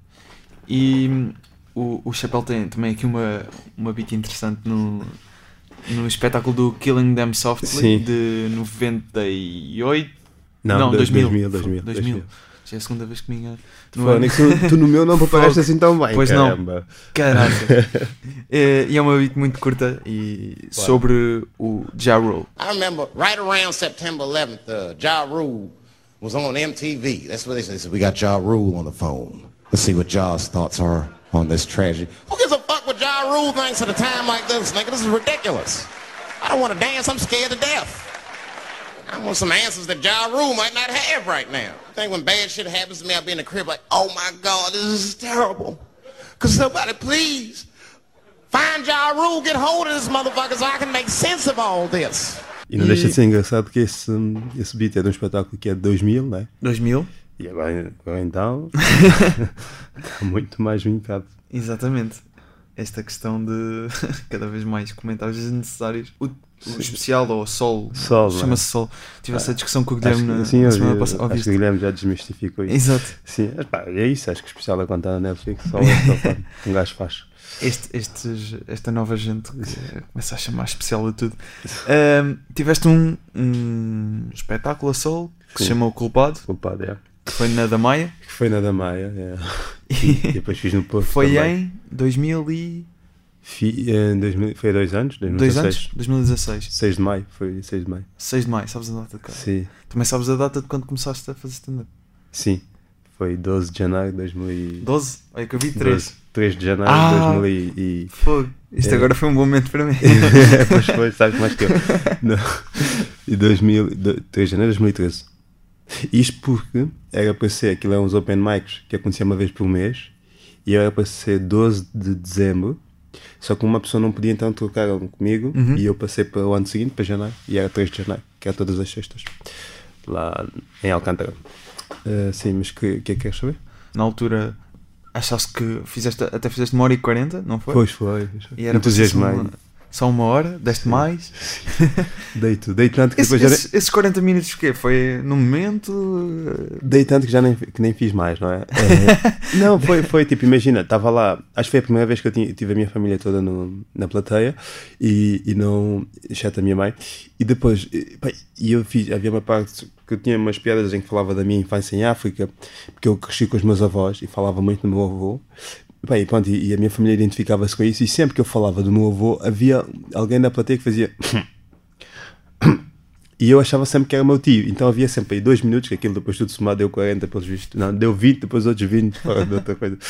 e o Chapéu tem também aqui uma beat interessante no espetáculo do Killing Them Softly. Sim. De 98. Não, 2000. Já é a segunda vez que me engano. Tu no meu não preparaste assim tão bem. Pois caramba. Não. Caraca. E é uma beat muito curta e sobre o Ja Rule. I remember right around September 11th, Ja Rule was on MTV. That's what they said. We got Ja Rule on the phone. Let's see what Ja's thoughts are on this tragedy. Who gives a fuck what Ja Rule thinks at a time like this, nigga? This is ridiculous. I don't want to dance. I'm scared to death. I want some answers that Ja Rule might not have right now. I think when bad shit happens to me, I'll be in the crib like, oh my God, this is terrible. Could somebody please find Ja Rule, get hold of this motherfucker so I can make sense of all this. E não deixa de ser engraçado que esse beat é de um espetáculo que é de 2000, não é? 2000. E agora então está muito mais vincado. Exatamente. Esta questão de cada vez mais comentários desnecessários. O especial ou Sol chama-se Sol. Tive essa discussão com o Guilherme na semana passada. Acho que o Guilherme já desmistificou isso. Exato. Sim, é isso. Acho que o especial é quando está na Netflix. Só quando um gajo faz. Esta nova gente que começa a chamar especial a tudo. Tiveste um espetáculo a Sol que se chama O Culpado. Culpado, é. Que foi na da Maia? Que foi na da Maia, e depois fiz no Porto. Foi também. em 2000 e... Foi há 2 anos? 2016. 2 anos? 2016. 6 de maio, foi 6 de maio. 6 de maio, sabes a data de cá? Sim. Também sabes a data de quando começaste a fazer stand-up? Sim, foi 12 de janeiro de 2000. 12? Olha que eu vi 3. 3 de janeiro de 2000 e... Fogo. Isto agora foi um bom momento para mim. Pois foi, sabes mais que eu. Não. E 3 de janeiro de 2013. Isto porque era para ser, aquilo é uns open mics que acontecia uma vez por mês, e era para ser 12 de dezembro, só que uma pessoa não podia, então trocaram comigo, e eu passei para o ano seguinte, para janeiro, e era 3 de janeiro, que era todas as sextas, lá em Alcântara. Sim, mas o que é que queres saber? Na altura, achaste que até fizeste 1h40, não foi? Pois foi. E era só 1 hora, deste mais. Dei tanto que depois esses 40 minutos o quê? Foi no momento? Dei tanto que já nem fiz mais, não é? Não, foi tipo, imagina, estava lá, acho que foi a primeira vez que eu tive a minha família toda na plateia e não, exceto a minha mãe, e depois, havia uma parte que eu tinha umas piadas em que falava da minha infância em África, porque eu cresci com os meus avós e falava muito do meu avô. Bem, pronto, e a minha família identificava-se com isso, e sempre que eu falava do meu avô, havia alguém na plateia que fazia e eu achava sempre que era o meu tio, então havia sempre aí 2 minutos, que aquilo depois tudo somado deu 40 pelos vistos, não, deu 20, depois outros 20 fora de outra coisa,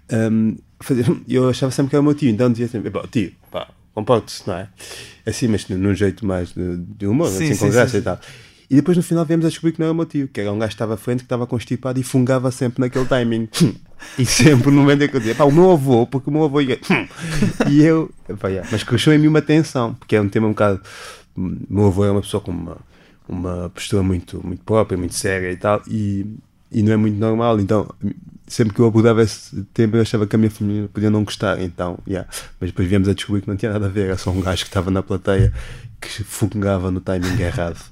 eu achava sempre que era o meu tio, então dizia sempre, tio, comporte-se, não é? Assim, mas num jeito mais de humor, sim, assim, com graça e tal. E depois no final viemos a descobrir que não era o meu tio, que era um gajo que estava à frente, que estava constipado e fungava sempre naquele timing. E sempre no momento em que eu dizia, o meu avô, porque o meu avô ia... E eu... Mas cresceu em mim uma tensão, porque é um tema um bocado... O meu avô é uma pessoa com uma postura muito, muito própria, muito séria e tal, e não é muito normal, então... Sempre que eu abordava esse tema, eu achava que a minha família podia não gostar, então... Mas depois viemos a descobrir que não tinha nada a ver, era só um gajo que estava na plateia que fungava no timing errado.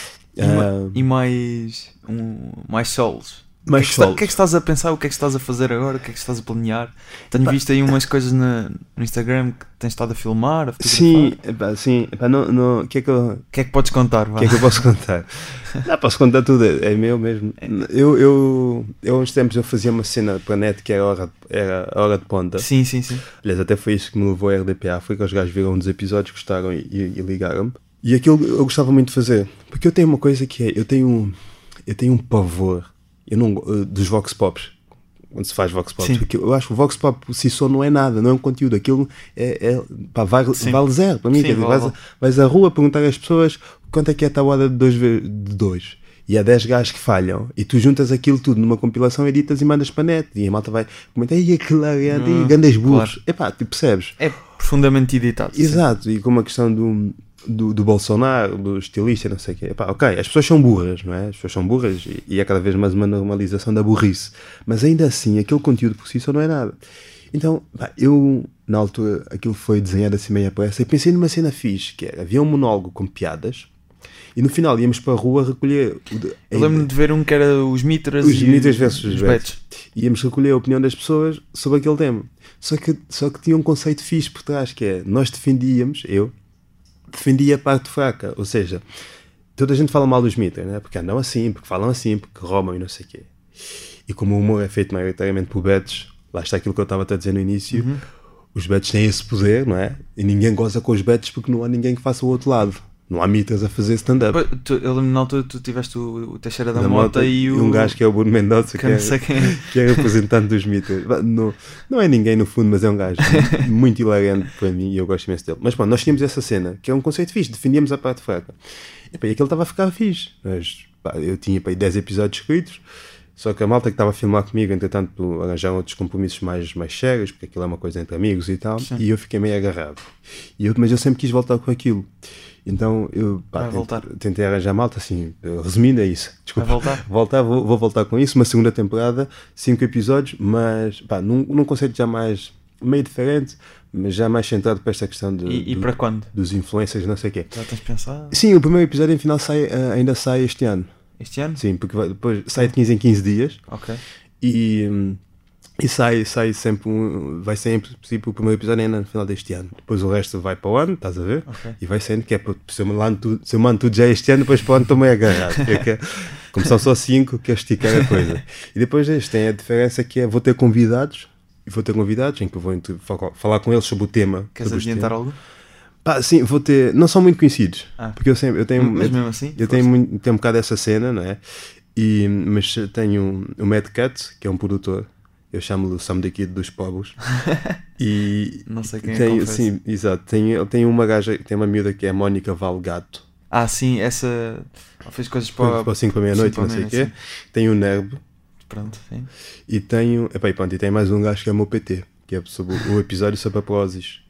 E mais solos. O que é que estás a pensar? O que é que estás a fazer agora? O que é que estás a planear? Tenho visto aí umas coisas no Instagram que tens estado a filmar, a fotografar. Sim. O que é que podes contar? O que é que eu posso contar? Posso contar tudo, é meu mesmo. Eu há uns tempos eu fazia uma cena para a net que era a hora de ponta. Sim. Aliás, até foi isso que me levou a RDP África. Os gajos viram um dos episódios, gostaram e ligaram-me. E aquilo eu gostava muito de fazer, porque eu tenho uma coisa que é, eu tenho um pavor, dos Vox Pops, quando se faz Vox Pops, porque eu acho que o Vox Pop por si só não é nada, não é um conteúdo, aquilo vale zero para mim, vais à rua perguntar às pessoas quanto é que é a tabuada de 2 e há 10 gajos que falham, e tu juntas aquilo tudo numa compilação, editas e mandas para a net, e a malta vai comentar, e aquilo é grandes burros, claro. Tu percebes? É profundamente editado. Exato, e com uma questão do Bolsonaro, do estilista, não sei o quê. As pessoas são burras, não é? As pessoas são burras e é cada vez mais uma normalização da burrice. Mas ainda assim, aquele conteúdo por si só não é nada. Então, eu, na altura, aquilo foi desenhado assim meio à pressa e pensei numa cena fixe, que era, havia um monólogo com piadas e no final íamos para a rua recolher... Eu lembro-me de ver um que era os Mitras versus os Betos. Íamos recolher a opinião das pessoas sobre aquele tema. Só que tinha um conceito fixe por trás, que é, nós defendia a parte fraca, ou seja, toda a gente fala mal dos Mitras, né? Porque andam assim, porque falam assim, porque roubam e não sei o quê. E como o humor é feito maioritariamente por betos, lá está aquilo que eu estava a dizer no início, os betos têm esse poder, não é? E ninguém goza com os betos porque não há ninguém que faça o outro lado. Não há Mitras a fazer stand-up. Eu lembro na altura tu tiveste o Teixeira da Mota e um gajo que é o Bruno Mendonça, que é representante dos Mitras. Não é ninguém no fundo, mas é um gajo muito hilariante para mim e eu gosto imenso dele. Mas pronto, nós tínhamos essa cena, que é um conceito fixe, defendíamos a parte fraca. E aquilo estava a ficar fixe. Mas eu tinha 10 episódios escritos, só que a malta que estava a filmar comigo, entretanto, arranjaram outros compromissos mais sérios, porque aquilo é uma coisa entre amigos e tal, e eu fiquei meio agarrado. Mas eu sempre quis voltar com aquilo. Então eu tentei arranjar malta, assim, resumindo é isso. Desculpa. Vou voltar com isso, uma segunda temporada, 5 episódios, mas num conceito já mais meio diferente, mas já mais centrado para esta questão para quando? Dos influencers, não sei o quê. Já tens pensado? Sim, o primeiro episódio em final ainda sai este ano. Este ano? Sim, porque depois sai de 15 em 15 dias. Ok. E E sai sempre vai ser em princípio o primeiro episódio no final deste ano. Depois o resto vai para o ano, estás a ver? Okay. E vai sendo que é para se eu mando tudo já este ano, depois para o ano estou meio agarrado. Como são só 5, quero esticar a coisa. E depois tem a diferença que é, vou ter convidados em que eu vou falar com eles sobre o tema. Queres adiantar algo? Sim, vou ter, não são muito conhecidos, porque eu tenho mesmo assim, eu tenho um bocado essa cena, não é? Mas tenho o Mad Cat, que é um produtor. Eu chamo-lhe o Sam the Kid dos pobres. E não sei quem é. Sim, exato. Tem uma gaja, tem uma miúda que é a Mónica Valgato. Sim, essa fez coisas para o 5 para meia-noite, não sei o quê. Tem o Nerb. Pronto, sim. E tem mais um gajo que é o meu PT, que é sobre o episódio sobre a Prozis.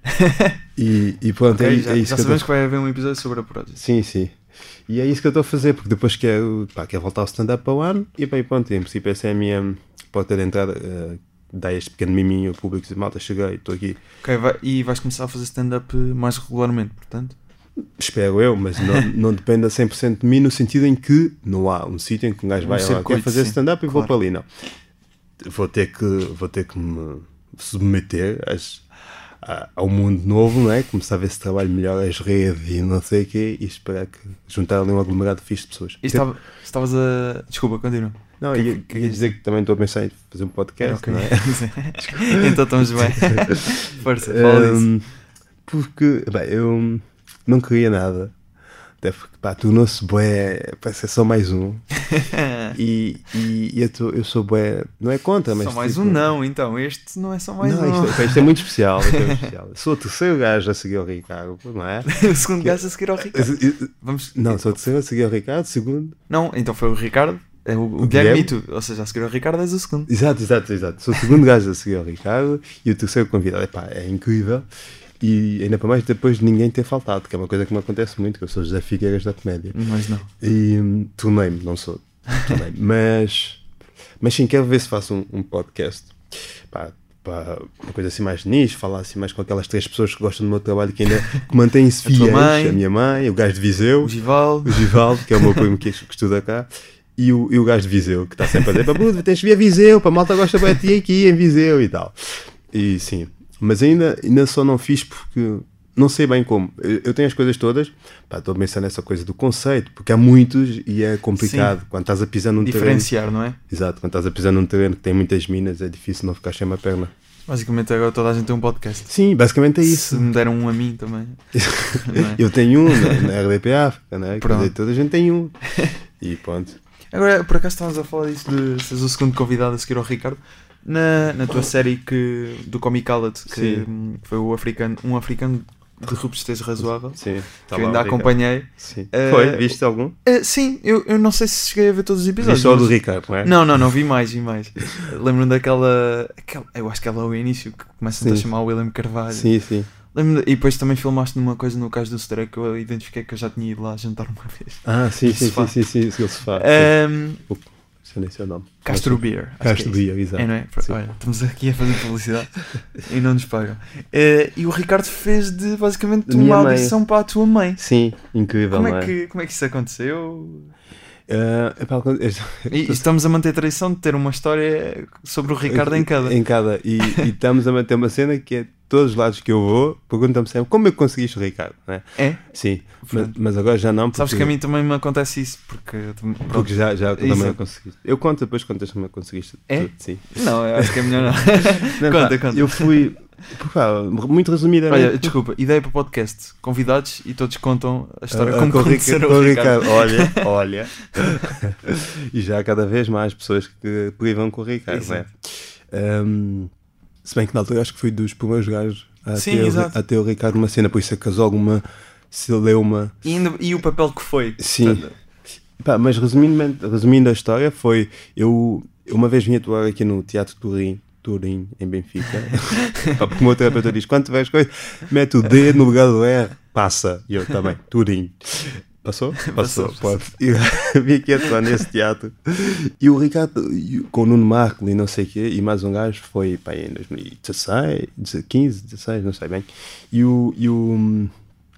E pronto, okay, é isso. Já sabemos que vai haver um episódio sobre a Prozis. Sim. E é isso que eu estou a fazer, porque depois quero voltar ao stand-up para o ano. E pronto, em princípio essa é a minha porta de entrada. Dá este pequeno miminho ao público de malta, cheguei, estou aqui. Ok, e vais começar a fazer stand-up mais regularmente, portanto? Espero eu, mas não depende a 100% de mim, no sentido em que não há um sítio em que um gajo vai quer fazer stand-up e vou para ali, não. Vou ter que me submeter ao mundo novo, não é? Começar a ver se trabalho melhor as redes e não sei o quê, e esperar que juntar ali um aglomerado fixe de pessoas. Estavas a... Desculpa, continua. Não, ia dizer que também estou a pensar em fazer um podcast, okay. Não é? Então estamos bem. Força, fala disso. Porque, eu não queria nada. Até porque, tornou-se bué, parece que é só mais um. e eu sou bué, não é contra, mas... Só mais um não, então, este não é só mais um. Isto é muito especial, Sou o terceiro gajo a seguir ao Ricardo, não é? O segundo gajo a seguir ao Ricardo. Sou o terceiro a seguir ao Ricardo, segundo... Não, então foi o Ricardo, o Guilherme e tu, ou seja, a seguir ao Ricardo és o segundo. Exato. Sou o segundo gajo a seguir ao Ricardo e o terceiro convidado, é incrível. E ainda para mais depois de ninguém ter faltado, que é uma coisa que me acontece muito, que eu sou José Figueiras da comédia. Mas não. E tornei-me, não sou. Mas sim, quero ver se faço um podcast. Uma coisa assim mais nicho, falar assim mais com aquelas 3 pessoas que gostam do meu trabalho, que ainda mantêm-se fiéis. A minha mãe, o gajo de Viseu. O Givaldo, que é o meu primo que estuda cá. E o gajo de Viseu, que está sempre a dizer, tens de vir a Viseu, para a malta gosta de ti aqui em Viseu e tal. E sim... Mas ainda só não fiz porque não sei bem como. Eu tenho as coisas todas, estou a pensar nessa coisa do conceito, porque há muitos e é complicado. Sim. Quando estás a pisar num diferenciar, terreno... não é? Exato, quando estás a pisar num terreno que tem muitas minas, é difícil não ficar sem uma perna. Basicamente agora toda a gente tem um podcast. Sim, basicamente é isso. Se me deram um a mim também. Eu tenho um na RDP África, não é? Dizer, toda a gente tem um. E pronto. Agora, por acaso estávamos a falar disso de seres o segundo convidado a seguir ao Ricardo. Na tua série do Comic Outlet, que foi um africano de robustez razoável, sim, que eu ainda acompanhei. Sim. Viste algum? Sim, eu não sei se cheguei a ver todos os episódios. Viste só o do Ricardo, não é? Não, vi mais. Lembro-me daquela... Eu acho que ela é o início, que começa a chamar o William Carvalho. Sim. E depois também filmaste numa coisa no Cais do Cedré que eu identifiquei que eu já tinha ido lá jantar uma vez. Sim, o sofá. Nem sei o nome. Castro Beer. Castro Beer, exato. Não é? Olha, estamos aqui a fazer publicidade e não nos pagam. E o Ricardo fez basicamente uma audição para a tua mãe. Sim, incrível. Como é que isso aconteceu? E estamos a manter a tradição de ter uma história sobre o Ricardo em cada. E estamos a manter uma cena que é todos os lados que eu vou, perguntam-me sempre como é que conseguiste o Ricardo, não é? É? Sim, mas agora já não. Sabes que a mim também me acontece isso, porque já também conseguiste. Eu conto depois quantas também conseguiste. É? Tudo, sim. Não, eu acho que é melhor não. Conta. Eu fui, muito resumidamente. Olha, desculpa, ideia para o podcast, convidados e todos contam a história como conheceram o Ricardo. Olha. E já há cada vez mais pessoas que privam com o Ricardo, não é? Se bem que na altura acho que fui dos primeiros gajos a ter o Ricardo numa cena, por isso é que casou alguma, se leu uma... E o papel que foi? Sim. Mas resumindo a história, foi... Eu uma vez vim atuar aqui no Teatro Turim, em Benfica. Porque o meu terapeuta diz, quando tiveres coisa, mete o D no lugar do R, passa. E eu também, Turim. Passou? Pode. Eu vim aqui atuar nesse teatro. E o Ricardo, com o Nuno Marco e não sei o quê, e mais um gajo, foi em 2016, 15, 16, não sei bem.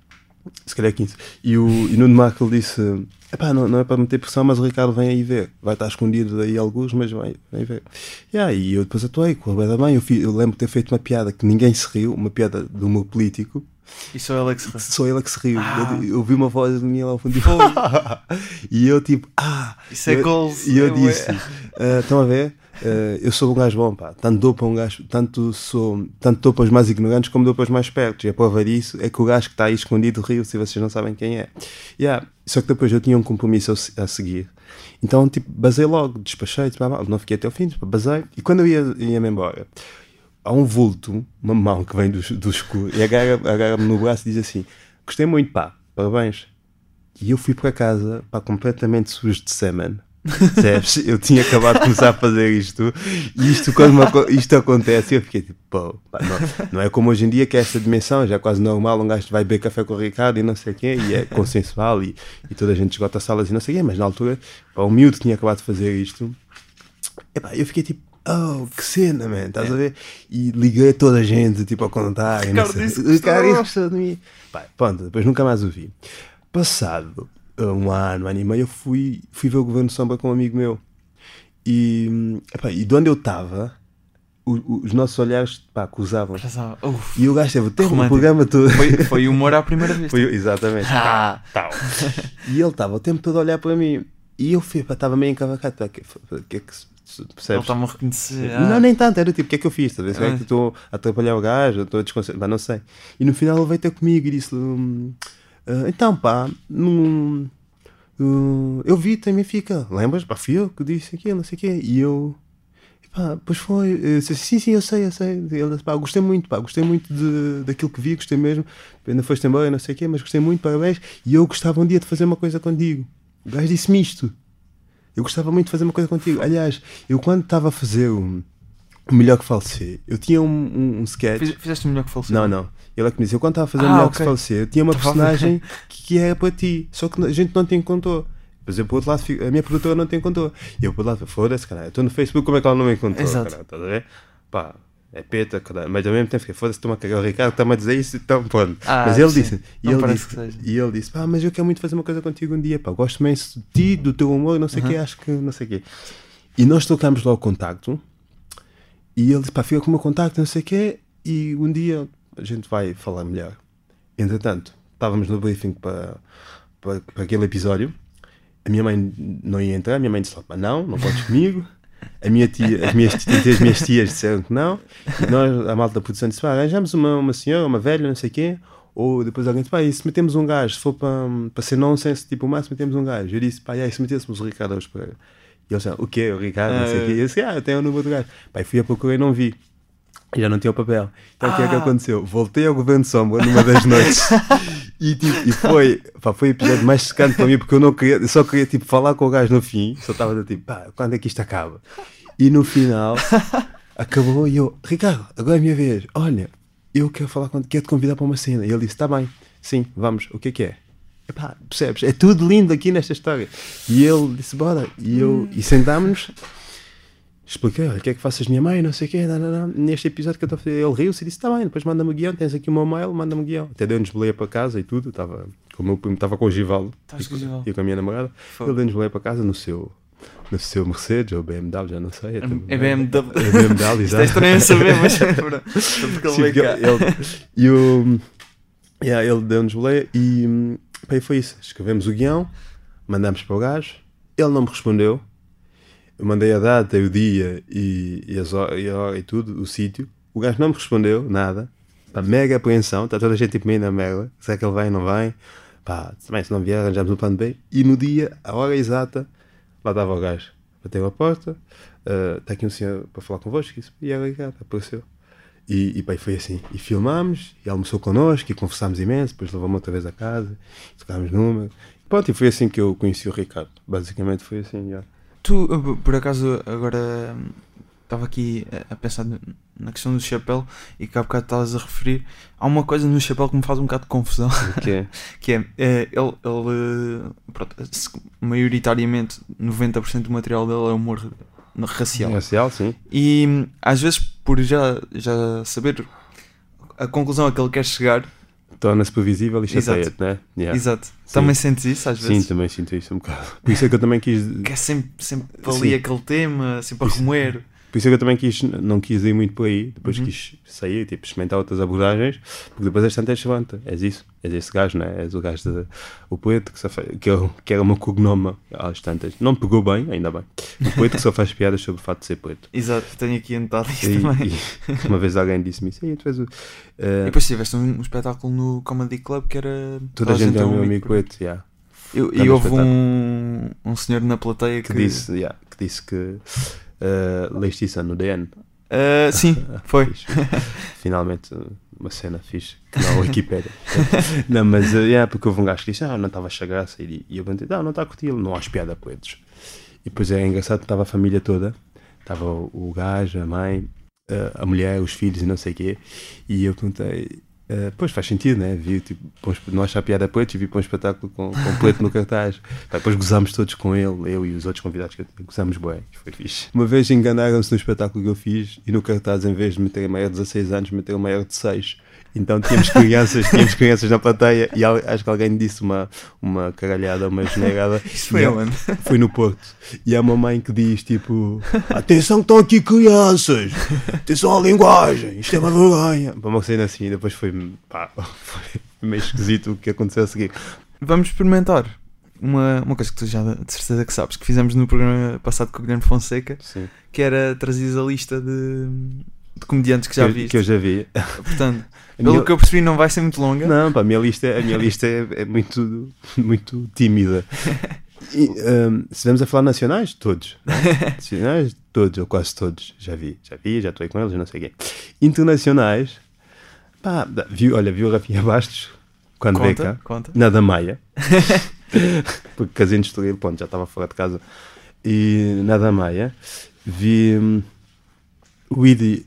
Se calhar 15. E o Nuno Marco disse: epá, não é para meter pressão, mas o Ricardo vem aí ver. Vai estar escondido daí alguns, mas vem ver. E eu depois atuei com a bem da bem. Eu lembro de ter feito uma piada que ninguém se riu, uma piada do humor político. E só ela que se riu. Só ela que se riu. Eu ouvi uma voz de mim lá ao fundo. E eu tipo, isso é goals. E eu disse: estão a ver? Eu sou um gajo bom, pá. Tanto dou para um gajo, tanto dou para os mais ignorantes como dou para os mais espertos. E a prova disso é que o gajo que está aí escondido riu, se vocês não sabem quem é. Só que depois eu tinha um compromisso a seguir. Então, tipo, basei logo, despachei, não fiquei até o fim, basei. E quando eu ia-me embora, há um vulto, uma mão que vem do escuro, e agarra-me no braço e diz assim: gostei muito, pá, parabéns. E eu fui para casa, pá, completamente sujo de semen. Percebes? Eu tinha acabado de começar a fazer isto, e quando isto acontece, eu fiquei tipo, pô, pá, não é como hoje em dia, que é essa dimensão, já é quase normal, um gajo vai beber café com o Ricardo e não sei o quê, e é consensual, e toda a gente esgota salas e não sei o quê, mas na altura, pá, o miúdo tinha acabado de fazer isto, eu fiquei tipo, que cena, man, estás a ver? E liguei a toda a gente, tipo, a contar, Ricardo gostou de mim. Pá, pronto, depois nunca mais o vi. Passado um ano e meio, eu fui ver o Governo Sombra com um amigo meu. E de onde eu estava, os nossos olhares, pá, cruzavam. E o gajo teve o programa todo. Foi humor à primeira vez. Exatamente. E ele estava o tempo todo a olhar para mim. E eu estava meio encavacado. Que é que percebes? Ele estava a reconhecer. Não, nem tanto. Era tipo, o que é que eu fiz? Talvez é que estou a atrapalhar o gajo, estou a desconcentrar, não sei. E no final ele veio ter comigo e disse: então, pá, eu vi-te, a minha fica, lembras? Pá, fui eu que disse aquilo, não sei o quê. E eu, pá, pois foi, sim, eu sei. Ele disse: pá, gostei muito daquilo que vi, gostei mesmo. Ainda foste embora, não sei o quê, mas gostei muito, parabéns. E eu gostava um dia de fazer uma coisa contigo. O gajo disse-me isto. Eu gostava muito de fazer uma coisa contigo. Aliás, eu quando estava a fazer o Melhor que Falecer, eu tinha um sketch. Fizeste o Melhor que Falecer? Não. Ele é que me disse: eu quando estava a fazer o Melhor que Falecer, eu tinha uma personagem que era para ti, só que a gente não te encontrou. Depois eu, por outro lado, a minha produtora não te encontrou. E eu, por outro lado, foda-se, caralho, eu estou no Facebook, como é que ela não me encontrou? Caralho, estás a ver? Pá, é peta, caralho. Mas ao mesmo tempo, foda-se, estou-me a cagar. O Ricardo está-me a dizer isso, então pronto. Mas ele disse, ele disse, pá, mas eu quero muito fazer uma coisa contigo um dia, pá, gosto imenso de ti, do teu humor, não sei o quê, acho que não sei o quê. E nós trocámos lá o contacto, e ele disse: pá, fica com o meu contacto, não sei o quê, e um dia a gente vai falar melhor. Entretanto, estávamos no briefing para aquele episódio. A minha mãe não ia entrar, a minha mãe disse: pá, não podes comigo. As minhas tias disseram que não. E nós, a malta da produção, disse: pá, arranjamos uma senhora, uma velha, não sei o quê. Ou depois alguém disse: pá, e se metemos um gajo, se for para ser nonsense, tipo o máximo, metemos um gajo. Eu disse: pá, e se metêssemos o Ricardo Araújo Pereira? E eles disseram: o quê? O Ricardo, não sei o quê. E eu disse: eu tenho o número do gajo. Pá, e fui a procurar e não vi. E já não tinha o papel. Então o que é que aconteceu? Voltei ao Governo Sombra numa das noites. E foi o episódio mais secante para mim, porque eu só queria tipo, falar com o gajo no fim. Só estava tipo: pá, quando é que isto acaba? E no final acabou e eu: Ricardo, agora é a minha vez. Olha, eu quero falar contigo, quero te convidar para uma cena. E ele disse: está bem, sim, vamos. O que é? Epá, percebes? É tudo lindo aqui nesta história. E ele disse: bora. E sentámos-nos. Expliquei: olha, o que é que faças minha mãe, não sei o quê, neste episódio que eu estou a fazer. Ele riu-se e disse: está bem, depois manda-me o guião, tens aqui o meu mail, manda-me o guião. Até deu-nos boleia para casa e tudo, o meu primo estava com o Givaldo e com a minha namorada. Ele deu-nos boleia para casa no seu Mercedes ou BMW, já não sei. É BMW. É BMW, exato. Isto é estranho saber, mas ele deu-nos boleia e foi isso. Escrevemos o guião, mandámos para o gajo, ele não me respondeu. Eu mandei a data, o dia e a hora e tudo, o sítio. O gajo não me respondeu, nada. Pá, mega apreensão, está toda a gente tipo meio na merda. Será que ele vem, não vem? Pá, também se não vier, arranjamos um plano B. E no dia, a hora exata, lá estava o gajo. Bateu a porta, está aqui um senhor para falar convosco. E era Ricardo, apareceu. E foi assim. E filmámos, e almoçou connosco, e conversámos imenso. Depois levou-me outra vez a casa, tocámos número. E pronto, e foi assim que eu conheci o Ricardo. Basicamente foi assim, já. Tu, por acaso, agora estava aqui a pensar na questão do chapéu e que há bocado estavas a referir. Há uma coisa no chapéu que me faz um bocado de confusão. Que é ele pronto, maioritariamente 90% do material dele é humor racial. Racial, sim. E às vezes, por já saber a conclusão a que ele quer chegar, torna-se previsível e chateia-te, né? Yeah. Exato. Sim. Também sentes isso às vezes? Sim, também sinto isso um bocado. Por isso é que eu também quis... Que é sempre ali aquele tema, sempre a remoer. Por isso é que eu também não quis ir muito por aí. Depois quis sair, tipo, experimentar outras abordagens. Porque depois és tanto levanta. És isso. És esse gajo, não é? És o gajo o poeta que era o meu cognome às tantas. Não me pegou bem, ainda bem. O poeta que só faz piadas sobre o facto de ser poeta. Exato, tenho aqui anotado isso também. E uma vez alguém disse-me isso. E depois tiveste um espetáculo no Comedy Club que era... Toda a gente é o meu amigo poeta, yeah. E houve um senhor na plateia que disse que leste isso no DN. Sim, foi. Finalmente uma cena fixe que não a Wikipédia. Não, mas porque houve um gajo que disse não estava a achar graça e eu perguntei, não está a curtir, não há piada com eles. E depois é engraçado que estava a família toda, estava o gajo, a mãe, a mulher, os filhos e não sei o quê, e eu perguntei, pois faz sentido, né? Vi, tipo, não achar piada a Poetos e vi para um espetáculo com Poeto no cartaz. Depois gozámos todos com ele, eu e os outros convidados que eu tinha, gozámos bué, foi fixe. Uma vez enganaram-se no espetáculo que eu fiz e no cartaz, em vez de meter maior de 16 anos, meteram maior de 6. Então tínhamos crianças na plateia e acho que alguém disse uma caralhada, uma geneirada. Isso foi onde? Foi no Porto. E há uma mãe que diz tipo, atenção que estão aqui crianças, atenção à linguagem, isto é uma vergonha. Para uma cena assim, depois foi meio esquisito o que aconteceu a seguir. Vamos experimentar uma coisa que tu já de certeza que sabes, que fizemos no programa passado com o Guilherme Fonseca. Sim. Que era trazer a lista de comediantes que já viste. Que eu já vi. Portanto, pelo que eu percebi, não vai ser muito longa. Não, pá, a minha lista é muito, muito tímida. E, se estivermos a falar nacionais, todos. Nacionais, todos, ou quase todos. Já estou aí com eles, não sei o quê. Internacionais, pá, viu o Rafinha Bastos, quando veio cá. Na da Maia. Porque Casino de Estoril, ponto, já estava fora de casa. E na da Maia, vi o Eddie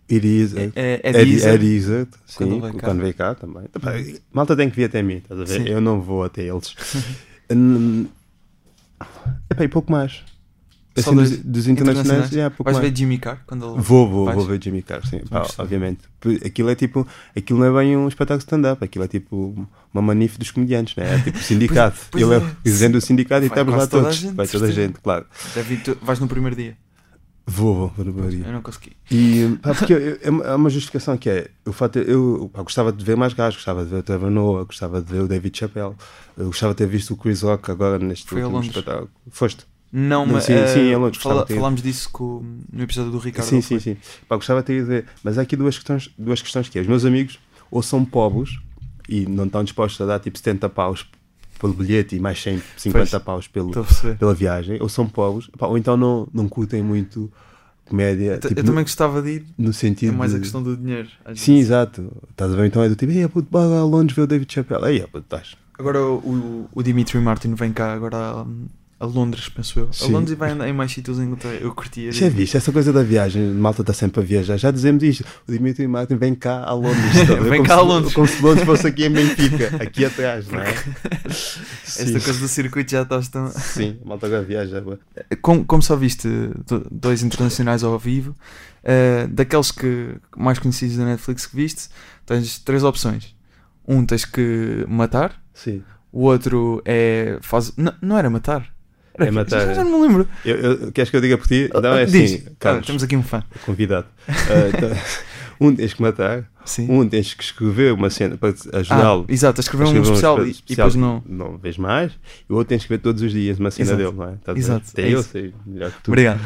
Izzard, sim, quando veio cá também. Malta tem que vir até mim, estás a ver? Sim. Eu não vou até eles. E pouco mais. Assim, dos internacionais, pouco vais mais. ver Jimmy Carr? Quando vou ver Jimmy Carr, sim, obviamente. Aquilo não é bem um espetáculo stand-up, aquilo é tipo uma manif dos comediantes, né? É tipo sindicato. Ele é presidente do sindicato e estamos lá todos. Vai toda a gente, claro. Vais no primeiro dia? Vou no primeiro dia. Eu não consegui. E porque há uma justificação que é o fato eu gostava de ver mais gajos, gostava de ver o Trevor Noah, gostava de ver o David Chappelle, eu gostava de ter visto o Chris Rock agora neste último espetáculo. Foste? Não, mas sim, é Londres. Falámos disso no episódio do Ricardo. Sim. Gostava de ter ido ver. Mas há aqui duas questões que é, os meus amigos ou são pobres e não estão dispostos a dar tipo 70 paus pelo bilhete e mais 150 paus pela viagem, ou são pobres, ou então não curtem muito comédia. Eu também gostava de ir, no sentido mais a questão do dinheiro. Sim, vezes. Exato. Estás a ver? Então é do tipo, puto, vai lá a Londres ver o David Chappelle. Puto, estás. Agora o Dimitri Martin vem cá agora a Londres, penso eu. Sim. A Londres e vai andar em mais sítios em Inglaterra. Eu curtia. Já viste essa coisa da viagem? Malta está sempre a viajar. Já dizemos isto. O Dimitri Martin vem cá a Londres. Vem cá a Londres. Como se Londres fosse aqui em Benfica. Aqui atrás, não é? Esta coisa do circuito já está... Sim, a malta agora viaja. Como só viste dois internacionais ao vivo, daqueles que mais conhecidos da Netflix que viste, tens 3 opções. Tens que matar. Sim. O outro é... Não era matar. É matar. Já não me lembro. Queres que eu diga por ti? Não, é assim, Carlos, temos aqui um fã. Convidado. Tens que matar. Sim. Tens que escrever uma cena para ajudá-lo. Exato, escrever um especial e depois não vês mais. E o outro tens que ver todos os dias uma cena dele, não é? Exato. Até eu sei melhor que tu. Obrigado.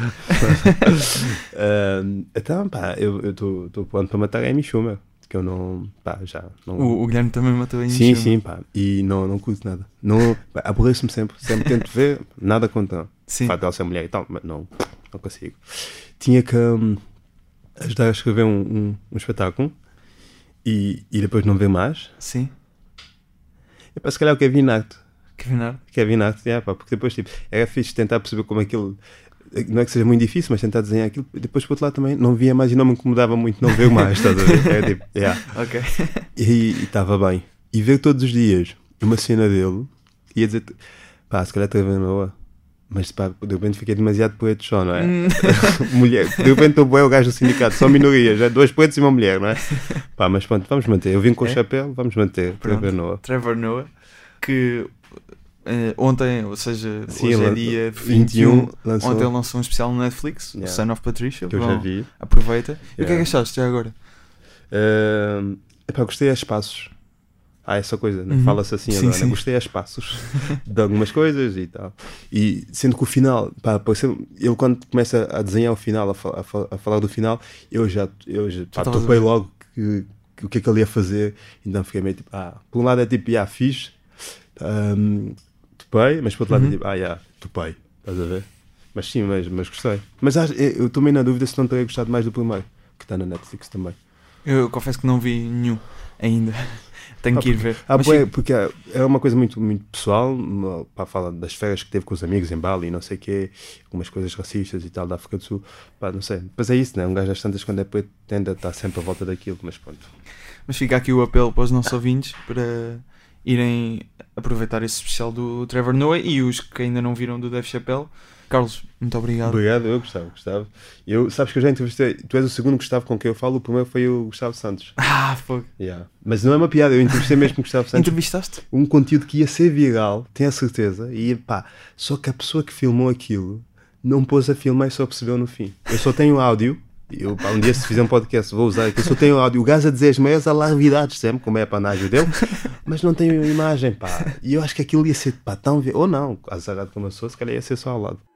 Então, pá, eu estou pronto para matar a Amy Schumer. Que eu não, já não... O Guilherme também matou a Amy Schumer. Sim, sim, pá, e não curto nada. Aborreço-me sempre tento ver, nada contra o fato dela ser mulher e tal, mas não consigo. Tinha que ajudar a escrever um espetáculo e depois não ver mais. Sim. E pá, se calhar o Kevin Hart, porque depois tipo, era fixe tentar perceber como aquilo... Não é que seja muito difícil, mas tentar desenhar aquilo. Depois, por outro lado, também não via mais e não me incomodava muito não ver mais, estás a ver? Era tipo, Ok. E estava bem. E ver todos os dias uma cena dele, ia dizer, se calhar Trevor Noah. Mas pá, de repente fiquei demasiado poeta só, não é? Mulher, de repente estou bem o gajo do sindicato, só minorias, já 2 poetas e uma mulher, não é? Pá, mas pronto, vamos manter. Eu vim com o chapéu, vamos manter. Trevor Noah, que ontem, ou seja, sim, hoje é dia 21, ontem ele lançou um especial no Netflix, o Son of Patricia, que eu já vi. Aproveita. E o que é que achaste já agora? Epá, gostei a espaços. Essa coisa, né? Fala-se assim agora, sim. Gostei a espaços de algumas coisas e tal. E sendo que o final, pá, ele quando começa a desenhar o final, a falar do final, eu já topei logo o que é que ele ia fazer. Então fiquei meio tipo, por um lado é tipo, fixe, topei, mas por outro lado é tipo, topei, estás a ver? Mas sim, mas gostei. Mas eu estou meio na dúvida se não teria gostado mais do primeiro, que está na Netflix também. Eu confesso que não vi nenhum ainda. Tenho que ir ver. Porque é uma coisa muito, muito pessoal, para falar das férias que teve com os amigos em Bali, não sei o quê, algumas coisas racistas e tal da África do Sul, pá, não sei. Mas é isso, né? Um gajo às tantas, quando é preto, tende a estar sempre à volta daquilo, mas pronto. Mas fica aqui o apelo para os nossos ouvintes para irem aproveitar esse especial do Trevor Noah e os que ainda não viram do Dave Chappelle. Carlos, muito obrigado. Obrigado, eu Gustavo. Sabes que eu já entrevistei, tu és o segundo Gustavo com quem eu falo, o primeiro foi o Gustavo Santos. Fogo. Yeah. Mas não é uma piada, eu entrevistei mesmo o Gustavo Santos. Entrevistaste? Um conteúdo que ia ser viral, tenho a certeza, e pá, só que a pessoa que filmou aquilo não pôs a filmar e só percebeu no fim. Eu só tenho áudio, um dia se fizer um podcast vou usar aqui, eu só tenho áudio, o gajo a dizer as maiores alarvidades sempre, como é a panágio dele, mas não tenho imagem, pá. E eu acho que aquilo ia ser, pá, tão... Ou não, azarado como eu sou, se calhar ia ser só ao lado.